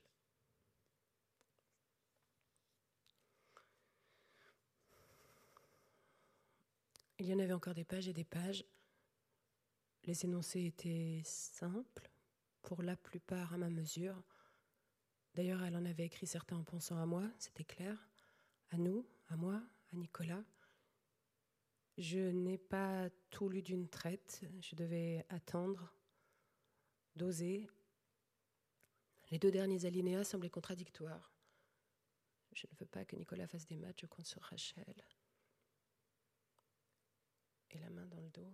S1: Il y en avait encore des pages et des pages. Les énoncés étaient simples, pour la plupart à ma mesure. D'ailleurs, elle en avait écrit certains en pensant à moi, c'était clair. À nous, à moi, à Nicolas. Je n'ai pas tout lu d'une traite. Je devais attendre, doser. Les deux derniers alinéas semblaient contradictoires. Je ne veux pas que Nicolas fasse des maths, je compte sur Rachel. Et la main dans le dos.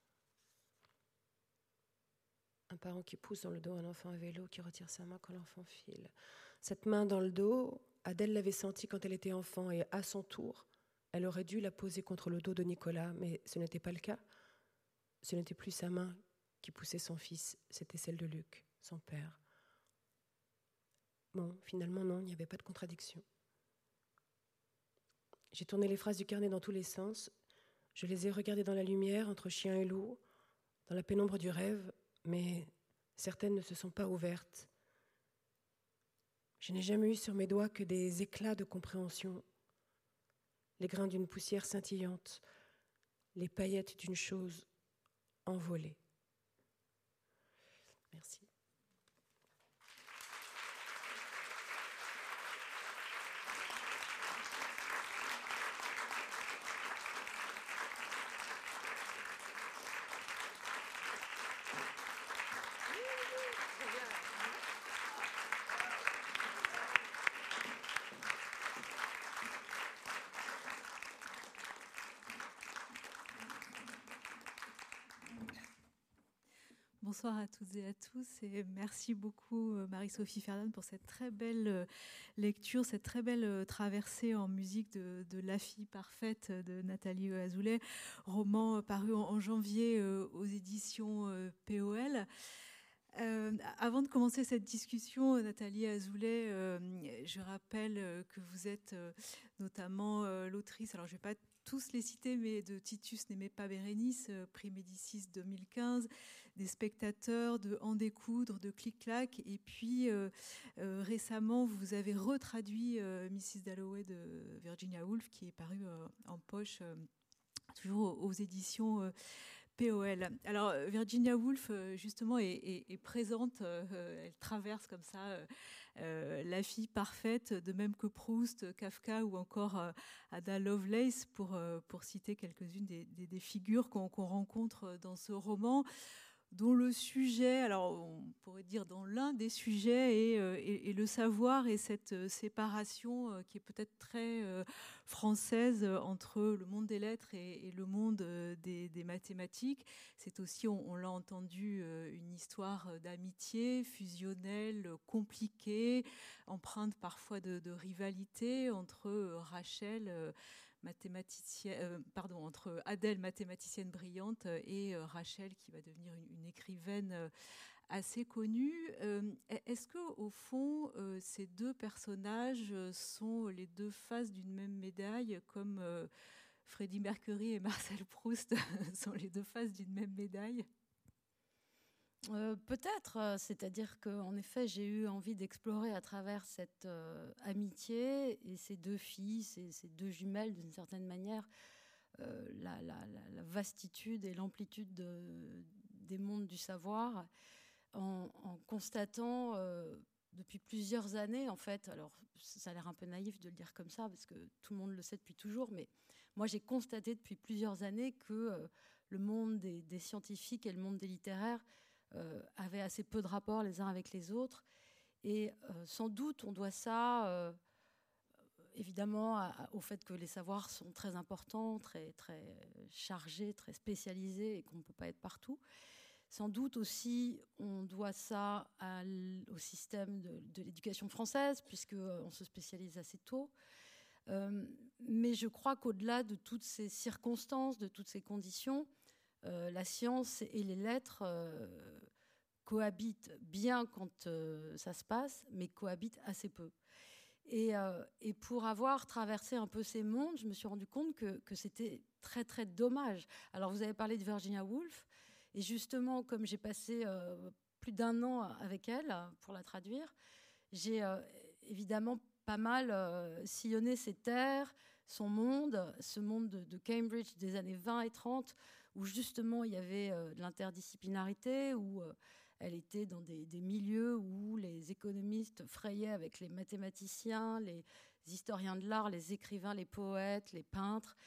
S1: Un parent qui pousse dans le dos un enfant à vélo, qui retire sa main quand l'enfant file. Cette main dans le dos, Adèle l'avait sentie quand elle était enfant et à son tour, elle aurait dû la poser contre le dos de Nicolas, mais ce n'était pas le cas. Ce n'était plus sa main qui poussait son fils, c'était celle de Luc, son père. Bon, finalement non, il n'y avait pas de contradiction. J'ai tourné les phrases du carnet dans tous les sens. Je les ai regardées dans la lumière, entre chien et loup, dans la pénombre du rêve, mais certaines ne se sont pas ouvertes. Je n'ai jamais eu sur mes doigts que des éclats de compréhension, les grains d'une poussière scintillante, les paillettes d'une chose envolée. Merci.
S2: Bonsoir à toutes et à tous et merci beaucoup Marie-Sophie Ferdinand pour cette très belle lecture, cette très belle traversée en musique de, de La fille parfaite de Nathalie Azoulay, roman paru en, en janvier aux éditions P O L. Euh, avant de commencer cette discussion, Nathalie Azoulay, euh, je rappelle que vous êtes euh, notamment euh, l'autrice, alors je ne vais pas tous les citer, mais de Titus n'aimait pas Bérénice, euh, prix Médicis deux mille quinze, des spectateurs, de En découdre, de Clic-Clac, et puis euh, euh, récemment, vous avez retraduit euh, missus Dalloway de Virginia Woolf, qui est paru euh, en poche, euh, toujours aux éditions euh, P O L. Alors Virginia Woolf justement est, est, est présente, euh, elle traverse comme ça euh, La fille parfaite, de même que Proust, Kafka ou encore euh, Ada Lovelace, pour, euh, pour citer quelques-unes des, des, des figures qu'on qu'on rencontre dans ce roman, dont le sujet, alors on pourrait dire dans l'un des sujets, est, est, est le savoir et cette séparation euh, qui est peut-être très euh, française entre le monde des lettres et, et le monde euh, des, des mathématiques. C'est aussi, on, on l'a entendu, euh, une histoire d'amitié fusionnelle, compliquée, empreinte parfois de, de rivalité entre euh, Rachel, euh, mathématicienne, euh, pardon, entre Adèle, mathématicienne brillante, et euh, Rachel, qui va devenir une, une écrivaine euh, assez connue. Euh, est-ce que, au fond, euh, ces deux personnages sont les deux faces d'une même médaille, comme euh, Freddie Mercury et Marcel Proust sont les deux faces d'une même médaille ?
S3: Euh, peut-être, c'est-à-dire qu'en effet, j'ai eu envie d'explorer à travers cette euh, amitié et ces deux filles, ces, ces deux jumelles, d'une certaine manière, euh, la, la, la, la vastitude et l'amplitude de, des mondes du savoir, en, en constatant euh, depuis plusieurs années, en fait, alors ça a l'air un peu naïf de le dire comme ça, parce que tout le monde le sait depuis toujours, mais moi j'ai constaté depuis plusieurs années que euh, le monde des, des scientifiques et le monde des littéraires Euh, avaient assez peu de rapports les uns avec les autres. Et euh, sans doute, on doit ça, euh, évidemment, à, à, au fait que les savoirs sont très importants, très, très chargés, très spécialisés et qu'on ne peut pas être partout. Sans doute aussi, on doit ça à au système de, de l'éducation française, puisqu'on se spécialise assez tôt. Euh, mais je crois qu'au-delà de toutes ces circonstances, de toutes ces conditions, Euh, la science et les lettres euh, cohabitent bien quand euh, ça se passe, mais cohabitent assez peu. Et, euh, et pour avoir traversé un peu ces mondes, je me suis rendu compte que, que c'était très, très dommage. Alors, vous avez parlé de Virginia Woolf, et justement, comme j'ai passé euh, plus d'un an avec elle pour la traduire, j'ai euh, évidemment pas mal euh, sillonné ses terres, son monde, ce monde de, de Cambridge des années vingt et trente, où justement il y avait euh, de l'interdisciplinarité, où euh, elle était dans des, des milieux où les économistes frayaient avec les mathématiciens, les historiens de l'art, les écrivains, les poètes, les peintres.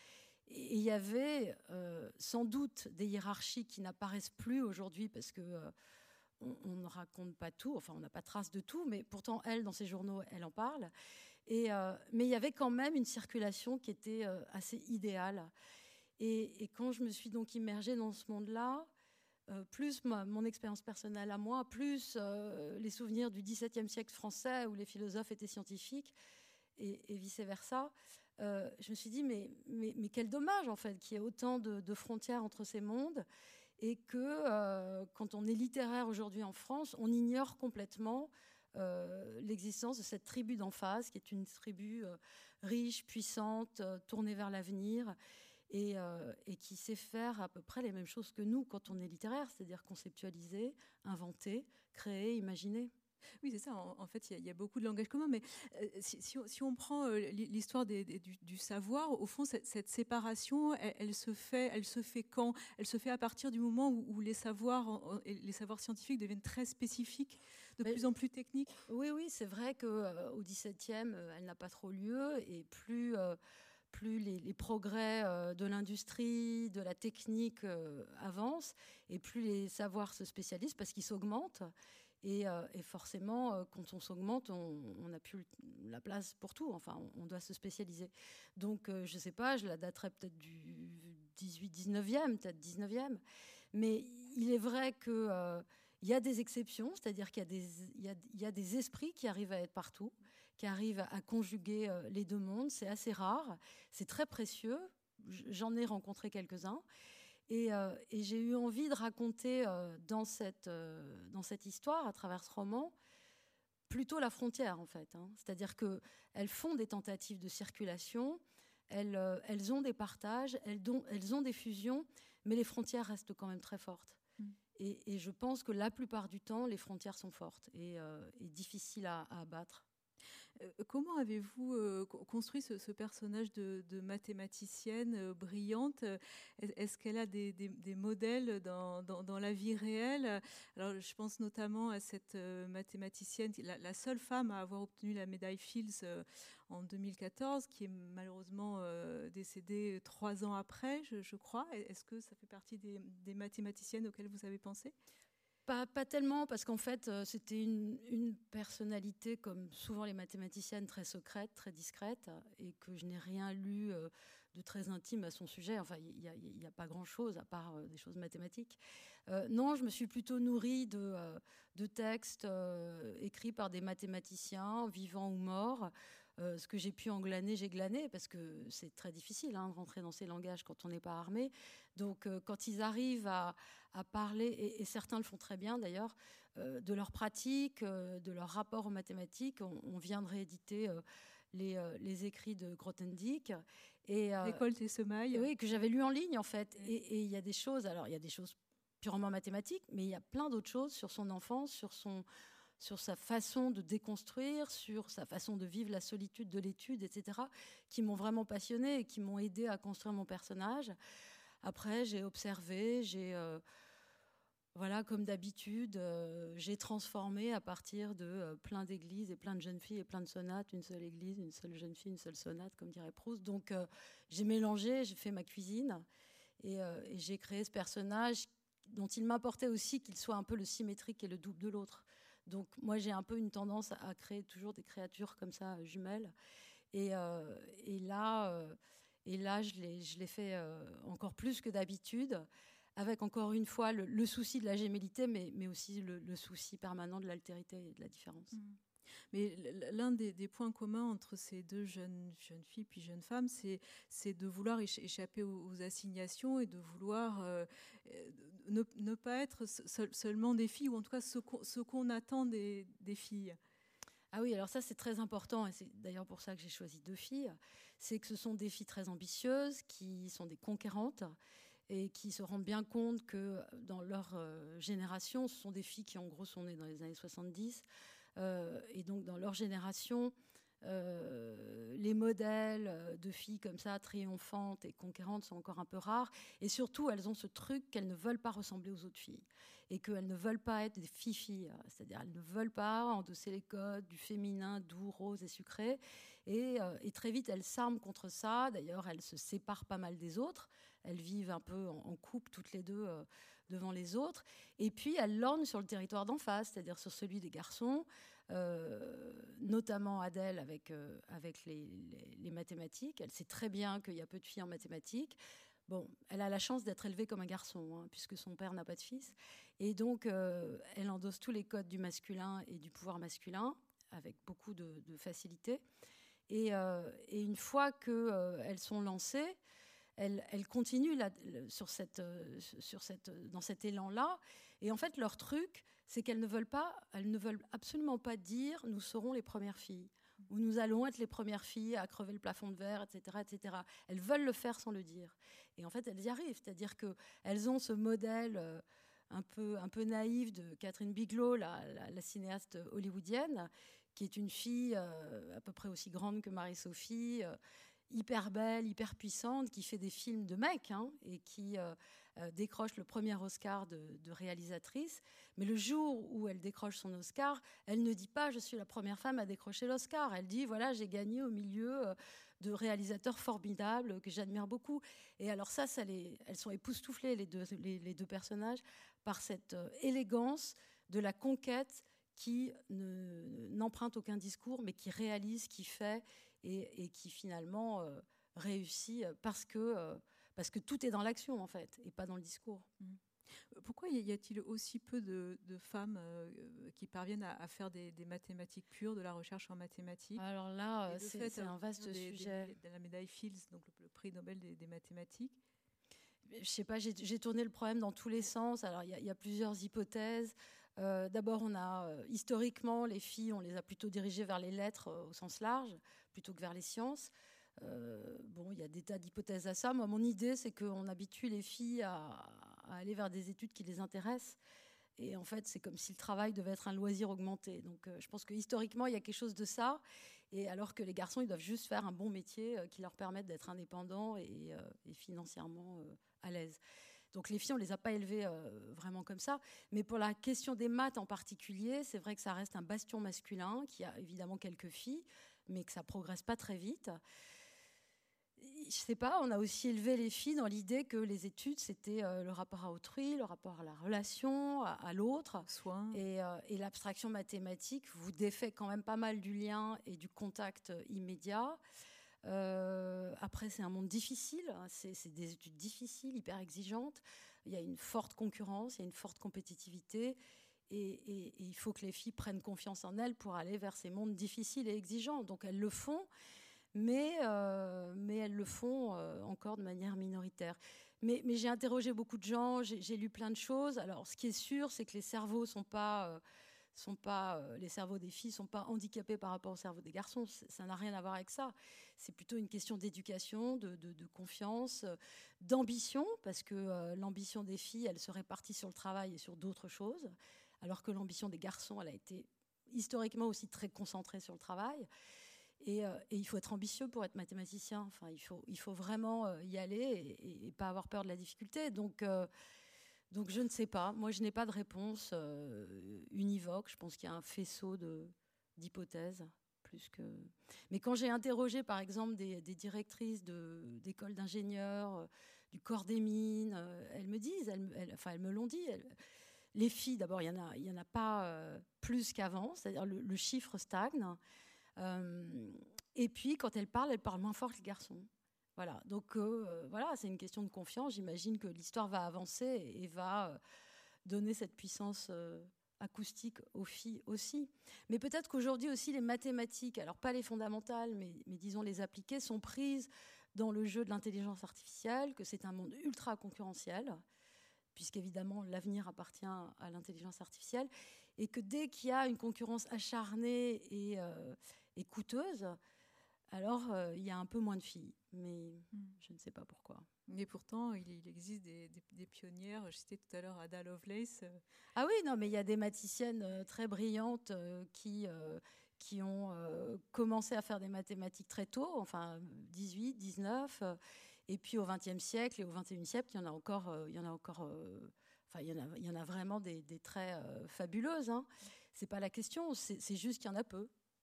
S3: Et il y avait euh, sans doute des hiérarchies qui n'apparaissent plus aujourd'hui parce que euh, on, on ne raconte pas tout, enfin on n'a pas trace de tout, mais pourtant elle, dans ses journaux, elle en parle. Et, euh, mais il y avait quand même une circulation qui était euh, assez idéale. Et, et quand je me suis donc immergée dans ce monde-là, euh, plus ma, mon expérience personnelle à moi, plus euh, les souvenirs du dix-septième siècle français où les philosophes étaient scientifiques et, et vice-versa, euh, je me suis dit mais, mais, mais quel dommage en fait qu'il y ait autant de, de frontières entre ces mondes et que euh, quand on est littéraire aujourd'hui en France, on ignore complètement euh, l'existence de cette tribu d'en face qui est une tribu euh, riche, puissante, euh, tournée vers l'avenir. Et, euh, et qui sait faire à peu près les mêmes choses que nous quand on est littéraire, c'est-à-dire conceptualiser, inventer, créer, imaginer.
S2: Oui, c'est ça. En, en fait, il y, y a beaucoup de langage commun. Mais euh, si, si, on, si on prend euh, l'histoire des, des, du, du savoir, au fond, cette, cette séparation, elle, elle, se fait, elle se fait quand ? Elle se fait à partir du moment où, où les savoirs, les savoirs scientifiques deviennent très spécifiques, de mais, plus en plus techniques.
S3: Oui, oui, c'est vrai qu'au euh, dix-septième, elle n'a pas trop lieu. Et plus... Euh, plus les, les progrès euh, de l'industrie, de la technique euh, avancent, et plus les savoirs se spécialisent parce qu'ils s'augmentent. Et, euh, et forcément, euh, quand on s'augmente, on n'a plus la place pour tout. Enfin, on, on doit se spécialiser. Donc, euh, je ne sais pas, je la daterais peut-être du dix-huit dix-neuvième, peut-être dix-neuvième. Mais il est vrai qu'il euh, y a des exceptions, c'est-à-dire qu'il y a des, il y a, il y a des esprits qui arrivent à être partout, qui arrivent à conjuguer euh, les deux mondes. C'est assez rare, c'est très précieux. J'en ai rencontré quelques-uns. Et, euh, et j'ai eu envie de raconter euh, dans, cette, euh, dans cette histoire, à travers ce roman, plutôt la frontière, en fait. Hein. C'est-à-dire qu'elles font des tentatives de circulation, elles, euh, elles ont des partages, elles, don, elles ont des fusions, mais les frontières restent quand même très fortes. Mmh. Et, et je pense que la plupart du temps, les frontières sont fortes et, euh, et difficiles à, à abattre.
S2: Comment avez-vous euh, construit ce, ce personnage de, de mathématicienne euh, brillante ? Est-ce qu'elle a des, des, des modèles dans, dans, dans la vie réelle ? Alors, je pense notamment à cette euh, mathématicienne, la, la seule femme à avoir obtenu la médaille Fields euh, en deux mille quatorze, qui est malheureusement euh, décédée trois ans après, je, je crois. Est-ce que ça fait partie des, des mathématiciennes auxquelles vous avez pensé ?
S3: Pas, pas tellement, parce qu'en fait, euh, c'était une, une personnalité, comme souvent les mathématiciennes, très secrète, très discrète, et que je n'ai rien lu euh, de très intime à son sujet. Enfin, il n'y a, a pas grand-chose, à part euh, des choses mathématiques. Euh, non, je me suis plutôt nourrie de, euh, de textes euh, écrits par des mathématiciens, vivants ou morts. Euh, ce que j'ai pu en glaner, j'ai glané, parce que c'est très difficile hein, de rentrer dans ces langages quand on n'est pas armé. Donc, euh, quand ils arrivent à, à parler, et, et certains le font très bien d'ailleurs, euh, de leur pratique, euh, de leur rapport aux mathématiques, on, on vient de rééditer euh, les, euh, les écrits de Grothendieck.
S2: Et, euh, L'école des semailles.
S3: Oui, que j'avais lu en ligne en fait. Et il y a des choses, alors il y a des choses purement mathématiques, mais il y a plein d'autres choses sur son enfance, sur son... sur sa façon de déconstruire, sur sa façon de vivre la solitude de l'étude, et cetera, qui m'ont vraiment passionnée et qui m'ont aidée à construire mon personnage. Après, j'ai observé, j'ai, euh, voilà, comme d'habitude, euh, j'ai transformé à partir de euh, plein d'églises et plein de jeunes filles et plein de sonates, une seule église, une seule jeune fille, une seule sonate, comme dirait Proust. Donc, euh, j'ai mélangé, j'ai fait ma cuisine et, euh, et j'ai créé ce personnage dont il m'importait aussi qu'il soit un peu le symétrique et le double de l'autre. Donc moi, j'ai un peu une tendance à créer toujours des créatures comme ça, jumelles. Et, euh, et là, euh, et là je l'ai, je l'ai fait euh, encore plus que d'habitude, avec encore une fois le, le souci de la gémellité, mais, mais aussi le, le souci permanent de l'altérité et de la différence. Mmh.
S2: Mais l'un des, des points communs entre ces deux jeunes, jeunes filles puis jeunes femmes, c'est, c'est de vouloir échapper aux, aux assignations et de vouloir euh, ne, ne pas être seul, seulement des filles, ou en tout cas ce qu'on, ce qu'on attend des, des filles.
S3: Ah oui, alors ça c'est très important, et c'est d'ailleurs pour ça que j'ai choisi deux filles. C'est que ce sont des filles très ambitieuses, qui sont des conquérantes, et qui se rendent bien compte que dans leur euh, génération, ce sont des filles qui en gros sont nées dans les années soixante-dix, Euh, et donc dans leur génération, euh, les modèles de filles comme ça, triomphantes et conquérantes, sont encore un peu rares. Et surtout, elles ont ce truc qu'elles ne veulent pas ressembler aux autres filles. Et qu'elles ne veulent pas être des filles-filles. C'est-à-dire, elles ne veulent pas endosser les codes du féminin doux, rose et sucré. Et, euh, et très vite, elles s'arment contre ça. D'ailleurs, elles se séparent pas mal des autres. Elles vivent un peu en, en couple, toutes les deux, euh, devant les autres. Et puis, elles lorgnent sur le territoire d'en face, c'est-à-dire sur celui des garçons, euh, notamment Adèle avec, euh, avec les, les, les mathématiques. Elle sait très bien qu'il y a peu de filles en mathématiques. Bon, elle a la chance d'être élevée comme un garçon, hein, puisque son père n'a pas de fils. Et donc, euh, elle endosse tous les codes du masculin et du pouvoir masculin, avec beaucoup de, de facilité. Et, euh, et une fois qu'elles euh, sont lancées, elles, elles continuent là, sur cette, euh, sur cette, dans cet élan-là. Et en fait, leur truc, c'est qu'elles ne veulent pas, elles ne veulent absolument pas dire « nous serons les premières filles » ou « nous allons être les premières filles à crever le plafond de verre », et cetera, et cetera. Elles veulent le faire sans le dire. Et en fait, elles y arrivent. C'est-à-dire qu'elles ont ce modèle euh, un, peu, un peu naïf de Catherine Bigelow, la, la, la cinéaste hollywoodienne, qui est une fille euh, à peu près aussi grande que Marie-Sophie, euh, hyper belle, hyper puissante, qui fait des films de mecs hein, et qui euh, euh, décroche le premier Oscar de, de réalisatrice. Mais le jour où elle décroche son Oscar, elle ne dit pas « je suis la première femme à décrocher l'Oscar ». Elle dit « voilà, j'ai gagné au milieu euh, de réalisateurs formidables que j'admire beaucoup ». Et alors ça, ça les, elles sont époustouflées, les deux, les, les deux personnages, par cette euh, élégance de la conquête qui ne, n'emprunte aucun discours, mais qui réalise, qui fait, et, et qui finalement euh, réussit parce que, euh, parce que tout est dans l'action, en fait, et pas dans le discours.
S2: Mmh. Pourquoi y a-t-il aussi peu de, de femmes euh, qui parviennent à, à faire des, des mathématiques pures, de la recherche en mathématiques?
S3: Alors là, c'est, fait, c'est un vaste
S2: des,
S3: sujet.
S2: Des, de la médaille Fields, donc le, le prix Nobel des, des mathématiques.
S3: Je sais pas, j'ai, j'ai tourné le problème dans tous les sens. Alors, il y, y a plusieurs hypothèses. Euh, d'abord, on a euh, historiquement, les filles, on les a plutôt dirigées vers les lettres euh, au sens large, plutôt que vers les sciences. Euh, bon, il y a des tas d'hypothèses à ça. Moi, mon idée, c'est qu'on habitue les filles à, à aller vers des études qui les intéressent. Et en fait, c'est comme si le travail devait être un loisir augmenté. Donc, euh, je pense que historiquement, il y a quelque chose de ça. Et alors que les garçons, ils doivent juste faire un bon métier euh, qui leur permette d'être indépendants et, euh, et financièrement euh, à l'aise. Donc les filles, on ne les a pas élevées euh, vraiment comme ça. Mais pour la question des maths en particulier, c'est vrai que ça reste un bastion masculin, qui a évidemment quelques filles, mais que ça ne progresse pas très vite. Je ne sais pas, on a aussi élevé les filles dans l'idée que les études, c'était euh, le rapport à autrui, le rapport à la relation, à, à l'autre.
S2: Soin.
S3: Et, euh, et l'abstraction mathématique vous défait quand même pas mal du lien et du contact immédiat. Euh, après, c'est un monde difficile, c'est, c'est des études difficiles, hyper exigeantes. Il y a une forte concurrence, il y a une forte compétitivité. Et, et, et il faut que les filles prennent confiance en elles pour aller vers ces mondes difficiles et exigeants. Donc elles le font, mais, euh, mais elles le font euh, encore de manière minoritaire. Mais, mais j'ai interrogé beaucoup de gens, j'ai, j'ai lu plein de choses. Alors ce qui est sûr, c'est que les cerveaux sont pas... Euh, sont pas, euh, les cerveaux des filles ne sont pas handicapés par rapport au cerveau des garçons. Ça n'a rien à voir avec ça. C'est plutôt une question d'éducation, de, de, de confiance, euh, d'ambition, parce que euh, l'ambition des filles, elle se répartit sur le travail et sur d'autres choses, alors que l'ambition des garçons, elle a été historiquement aussi très concentrée sur le travail. Et, euh, et il faut être ambitieux pour être mathématicien. Enfin, il faut, il faut vraiment euh, y aller et, et pas avoir peur de la difficulté. Donc... Euh, Donc je ne sais pas. Moi, je n'ai pas de réponse euh, univoque. Je pense qu'il y a un faisceau de, d'hypothèses. Plus que... Mais quand j'ai interrogé, par exemple, des, des directrices de, d'écoles d'ingénieurs, euh, du corps des mines, euh, elles me disent, elles, elles, enfin, elles me l'ont dit, elles, les filles, d'abord, il n'y en a, il y en a pas euh, plus qu'avant. C'est-à-dire le, le chiffre stagne. Euh, et puis, quand elles parlent, elles parlent moins fort que les garçons. Voilà, donc euh, voilà, c'est une question de confiance. J'imagine que l'histoire va avancer et, et va euh, donner cette puissance euh, acoustique aux filles aussi. Mais peut-être qu'aujourd'hui aussi, les mathématiques, alors pas les fondamentales, mais, mais disons les appliquées, sont prises dans le jeu de l'intelligence artificielle, que c'est un monde ultra concurrentiel, puisqu'évidemment l'avenir appartient à l'intelligence artificielle, et que dès qu'il y a une concurrence acharnée et, euh, et coûteuse, alors euh, il y a un peu moins de filles, mais mmh. je ne sais pas pourquoi.
S2: Mais pourtant, il, il existe des, des, des pionnières. Je citais tout à l'heure Ada Lovelace.
S3: Ah oui, non, mais il y a des mathématiciennes euh, très brillantes euh, qui, euh, qui ont euh, commencé à faire des mathématiques très tôt, enfin dix-huit, dix-neuf, euh, et puis au vingtième siècle et au vingt et unième siècle, il y en a encore, euh, il y en a encore, euh, enfin il y en a, il y en a vraiment des, des traits euh, fabuleuses. Hein. C'est pas la question, c'est, c'est juste qu'il y en a peu.
S2: Mmh.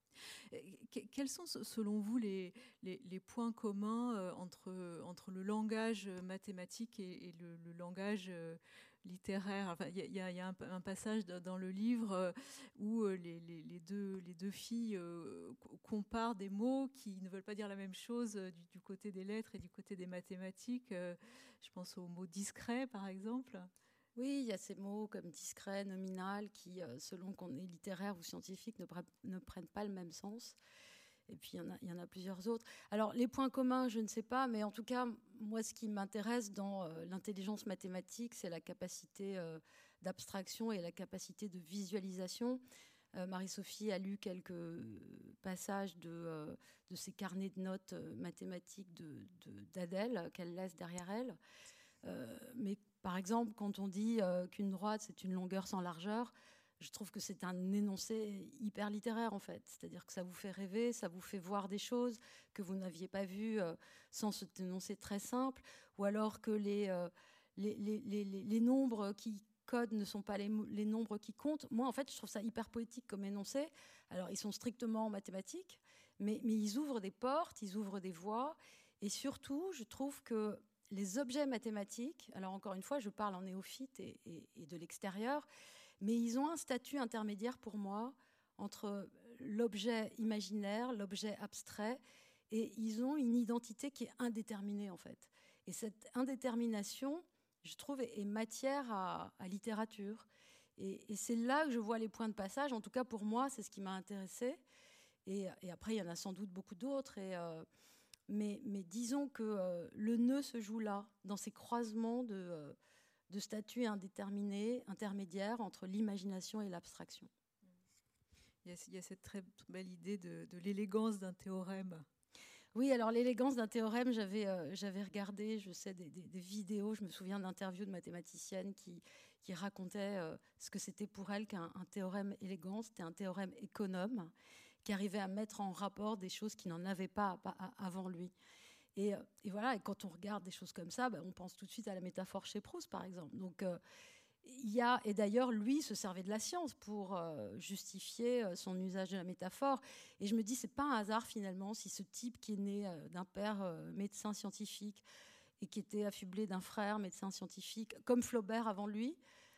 S2: Quels sont, selon vous, les, les, les points communs euh, entre, entre le langage mathématique et, et le, le langage euh, littéraire? Enfin, il y a, y a un, un passage dans le livre euh, où euh, les, les, les, deux, les deux filles euh, comparent des mots qui ne veulent pas dire la même chose euh, du, du côté des lettres et du côté des mathématiques. Euh, je pense au mot discret, par exemple.
S3: Oui, il y a ces mots comme discret, nominal, qui, selon qu'on est littéraire ou scientifique, ne, pre- ne prennent pas le même sens. Et puis, il y en a, il y en a plusieurs autres. Alors, les points communs, je ne sais pas, mais en tout cas, moi, ce qui m'intéresse dans euh, l'intelligence mathématique, c'est la capacité euh, d'abstraction et la capacité de visualisation. Euh, Marie-Sophie a lu quelques passages de, euh, de ses carnets de notes euh, mathématiques de, de, d'Adèle, qu'elle laisse derrière elle. Euh, mais par exemple, quand on dit euh, qu'une droite, c'est une longueur sans largeur, je trouve que c'est un énoncé hyper littéraire, en fait. C'est-à-dire que ça vous fait rêver, ça vous fait voir des choses que vous n'aviez pas vues euh, sans cet énoncé très simple, ou alors que les, euh, les, les, les, les nombres qui codent ne sont pas les, les nombres qui comptent. Moi, en fait, je trouve ça hyper poétique comme énoncé. Alors, ils sont strictement mathématiques, mais, mais ils ouvrent des portes, ils ouvrent des voies, et surtout, je trouve que les objets mathématiques, alors encore une fois, je parle en néophyte et, et, et de l'extérieur, mais ils ont un statut intermédiaire pour moi entre l'objet imaginaire, l'objet abstrait, et ils ont une identité qui est indéterminée en fait. Et cette indétermination, je trouve, est matière à, à littérature. Et, et c'est là que je vois les points de passage. En tout cas, pour moi, c'est ce qui m'a intéressée. Et, et après, il y en a sans doute beaucoup d'autres. Et euh, Mais, mais disons que euh, le nœud se joue là, dans ces croisements de, euh, de statuts indéterminés, intermédiaires entre l'imagination et l'abstraction.
S2: Il y, a, il y a cette très belle idée de, de l'élégance d'un théorème.
S3: Oui, alors l'élégance d'un théorème, j'avais, euh, j'avais regardé, je sais, des, des, des vidéos, je me souviens d'interviews de mathématiciennes qui, qui racontaient euh, ce que c'était pour elles qu'un un théorème élégant, c'était un théorème économe, qui arrivait à mettre en rapport des choses qui n'en avaient pas, pas avant lui. Et, et voilà, et quand on regarde des choses comme ça, ben, on pense tout de suite à la métaphore chez Proust, par exemple. Donc, euh, il y a, et d'ailleurs, lui se servait de la science pour euh, justifier euh, son usage de la métaphore. Et je me dis, c'est pas un hasard finalement si ce type qui est né euh, d'un père euh, médecin scientifique et qui était affublé d'un frère médecin scientifique, comme Flaubert avant lui,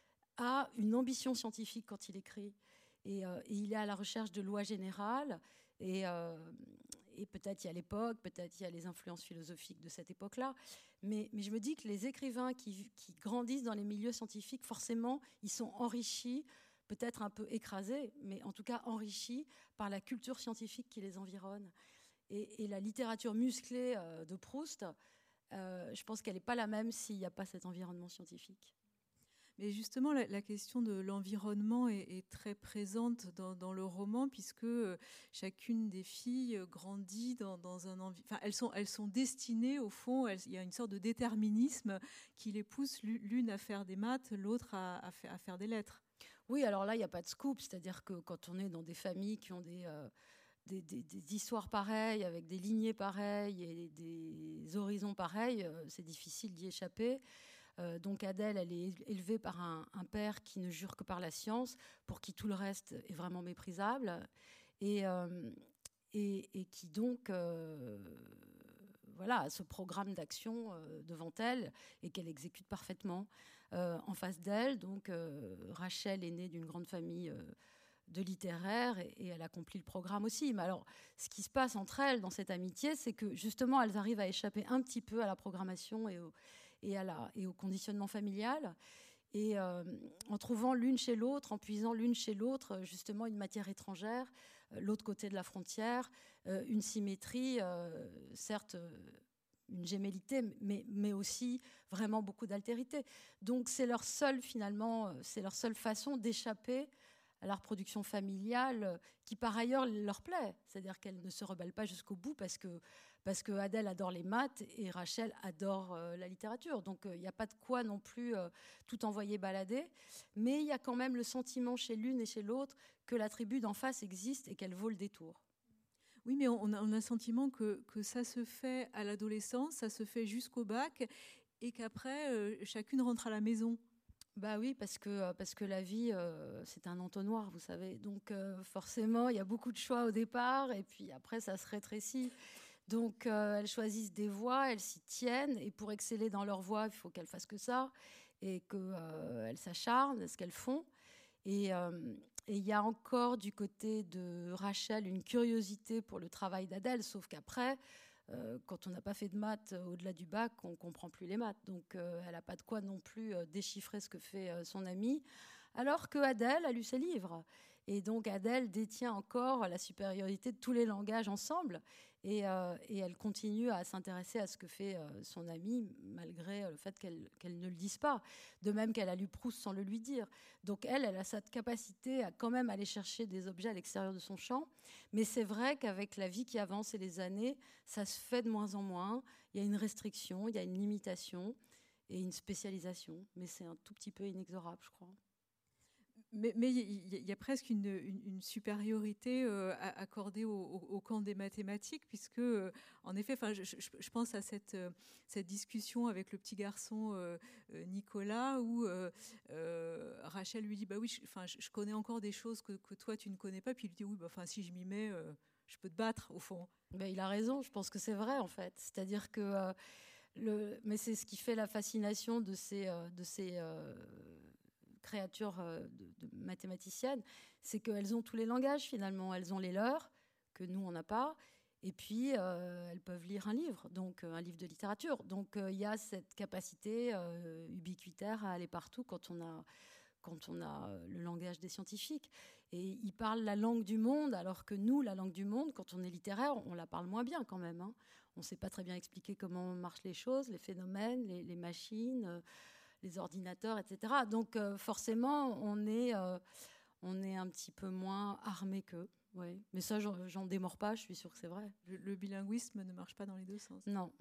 S3: a une ambition scientifique quand il écrit. Et, euh, et il est à la recherche de lois générales. Et, euh, et peut-être il y a l'époque, peut-être il y a les influences philosophiques de cette époque-là. Mais, mais je me dis que les écrivains qui, qui grandissent dans les milieux scientifiques, forcément, ils sont enrichis, peut-être un peu écrasés, mais en tout cas enrichis par la culture scientifique qui les environne. Et, et la littérature musclée euh, de Proust, euh, je pense qu'elle n'est pas la même s'il n'y a pas cet environnement scientifique.
S2: Mais justement, la, la question de l'environnement est, est très présente dans, dans le roman, puisque chacune des filles grandit dans, dans un environnement. Enfin, elles sont, elles sont destinées, au fond, elles, il y a une sorte de déterminisme qui les pousse l'une à faire des maths, l'autre à, à, faire, à faire des lettres.
S3: Oui, alors là, il n'y a pas de scoop, c'est-à-dire que quand on est dans des familles qui ont des... Euh, Des, des, des histoires pareilles, avec des lignées pareilles et des horizons pareils, euh, c'est difficile d'y échapper. Euh, donc Adèle, elle est élevée par un, un père qui ne jure que par la science, pour qui tout le reste est vraiment méprisable, et, euh, et, et qui donc euh, voilà, a ce programme d'action euh, devant elle et qu'elle exécute parfaitement. Euh, en face d'elle, donc euh, Rachel est née d'une grande famille euh, de littéraire et, et elle accomplit le programme aussi. Mais alors, ce qui se passe entre elles dans cette amitié, c'est que justement, elles arrivent à échapper un petit peu à la programmation et au, et, à la, et au conditionnement familial. Et euh, en trouvant l'une chez l'autre, en puisant l'une chez l'autre, justement, une matière étrangère, euh, l'autre côté de la frontière, euh, une symétrie, euh, certes, euh, une gémellité, mais, mais aussi vraiment beaucoup d'altérité. Donc, c'est leur seule, finalement, c'est leur seule façon d'échapper à la reproduction familiale qui, par ailleurs, leur plaît. C'est-à-dire qu'elle ne se rebelle pas jusqu'au bout parce que, parce que Adèle adore les maths et Rachel adore euh, la littérature. Donc, il euh, n'y a pas de quoi non plus euh, tout envoyer balader. Mais il y a quand même le sentiment chez l'une et chez l'autre que la tribu d'en face existe et qu'elle vaut le détour.
S2: Oui, mais on a, on a le sentiment que, que ça se fait à l'adolescence, ça se fait jusqu'au bac et qu'après, euh, chacune rentre à la maison.
S3: Bah oui, parce que, parce que la vie, euh, c'est un entonnoir, vous savez. Donc euh, forcément, il y a beaucoup de choix au départ, et puis après, ça se rétrécit. Donc euh, elles choisissent des voies, elles s'y tiennent, et pour exceller dans leur voie, il faut qu'elles fassent que ça, et qu'elles euh, s'acharnent à ce qu'elles font. Et euh, et il y a encore du côté de Rachel une curiosité pour le travail d'Adèle, sauf qu'après, euh, quand on n'a pas fait de maths euh, au-delà du bac, on ne comprend plus les maths. Donc euh, elle n'a pas de quoi non plus euh, déchiffrer ce que fait euh, son amie, alors que Adèle a lu ses livres. Et donc Adèle détient encore la supériorité de tous les langages ensemble. Et, euh, et elle continue à s'intéresser à ce que fait euh, son amie, malgré le fait qu'elle qu'elle ne le dise pas. De même qu'elle a lu Proust sans le lui dire. Donc elle, elle a cette capacité à quand même aller chercher des objets à l'extérieur de son champ. Mais c'est vrai qu'avec la vie qui avance et les années, ça se fait de moins en moins. Il y a une restriction, il y a une limitation et une spécialisation. Mais c'est un tout petit peu inexorable, je crois.
S2: Mais il y, y a presque une, une, une supériorité euh, accordée au, au, au camp des mathématiques, puisque, euh, en effet, je, je, je pense à cette, euh, cette discussion avec le petit garçon euh, Nicolas, où euh, euh, Rachel lui dit bah oui, je, je, je connais encore des choses que, que toi tu ne connais pas, puis il lui dit oui, bah, si je m'y mets, euh, je peux te battre au fond.
S3: Ben, il a raison, je pense que c'est vrai en fait. C'est-à-dire que euh, le, mais c'est ce qui fait la fascination de ces, euh, de ces euh, créatures de, de mathématiciennes, c'est qu'elles ont tous les langages finalement. Elles ont les leurs, que nous on n'a pas, et puis euh, elles peuvent lire un livre, donc euh, un livre de littérature. Donc il euh, y a cette capacité euh, ubiquitaire à aller partout quand on a, quand on a le langage des scientifiques. Et ils parlent la langue du monde, alors que nous, la langue du monde, quand on est littéraire, on la parle moins bien quand même. Hein. On ne sait pas très bien expliquer comment marchent les choses, les phénomènes, les, les machines. Euh, les ordinateurs, et cetera. Donc euh, forcément, on est, euh, on est un petit peu moins armé qu'eux. Ouais. Mais ça, j'en, j'en démords pas, je suis sûre que c'est vrai.
S2: Le, le bilinguisme ne marche pas dans les deux sens.
S3: Non.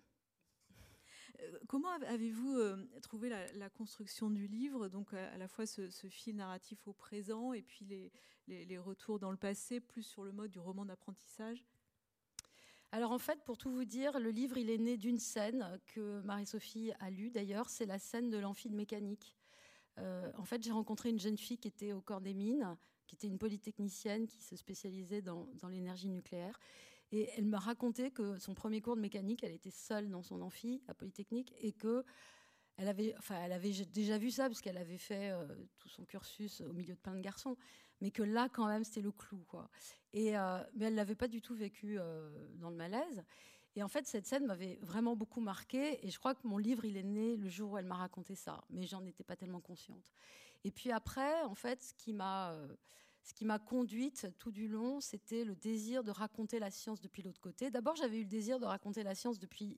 S2: Euh, comment avez-vous euh, trouvé la, la construction du livre, donc à, à la fois ce, ce fil narratif au présent et puis les, les, les retours dans le passé, plus sur le mode du roman d'apprentissage ?
S3: Alors en fait, pour tout vous dire, le livre, il est né d'une scène que Marie-Sophie a lue d'ailleurs, c'est la scène de l'amphi de mécanique. Euh, en fait, j'ai rencontré une jeune fille qui était au corps des mines, qui était une polytechnicienne qui se spécialisait dans, dans l'énergie nucléaire. Et elle m'a raconté que son premier cours de mécanique, elle était seule dans son amphi à Polytechnique et que elle avait, enfin, elle avait déjà vu ça parce qu'elle avait fait euh, tout son cursus au milieu de plein de garçons, mais que là, quand même, c'était le clou, quoi. Et, euh, mais elle l'avait pas du tout vécu euh, dans le malaise. Et en fait, cette scène m'avait vraiment beaucoup marquée. Et je crois que mon livre, il est né le jour où elle m'a raconté ça, mais j'en étais pas tellement consciente. Et puis après, en fait, ce qui m'a euh, ce qui m'a conduite tout du long, c'était le désir de raconter la science depuis l'autre côté. D'abord, j'avais eu le désir de raconter la science depuis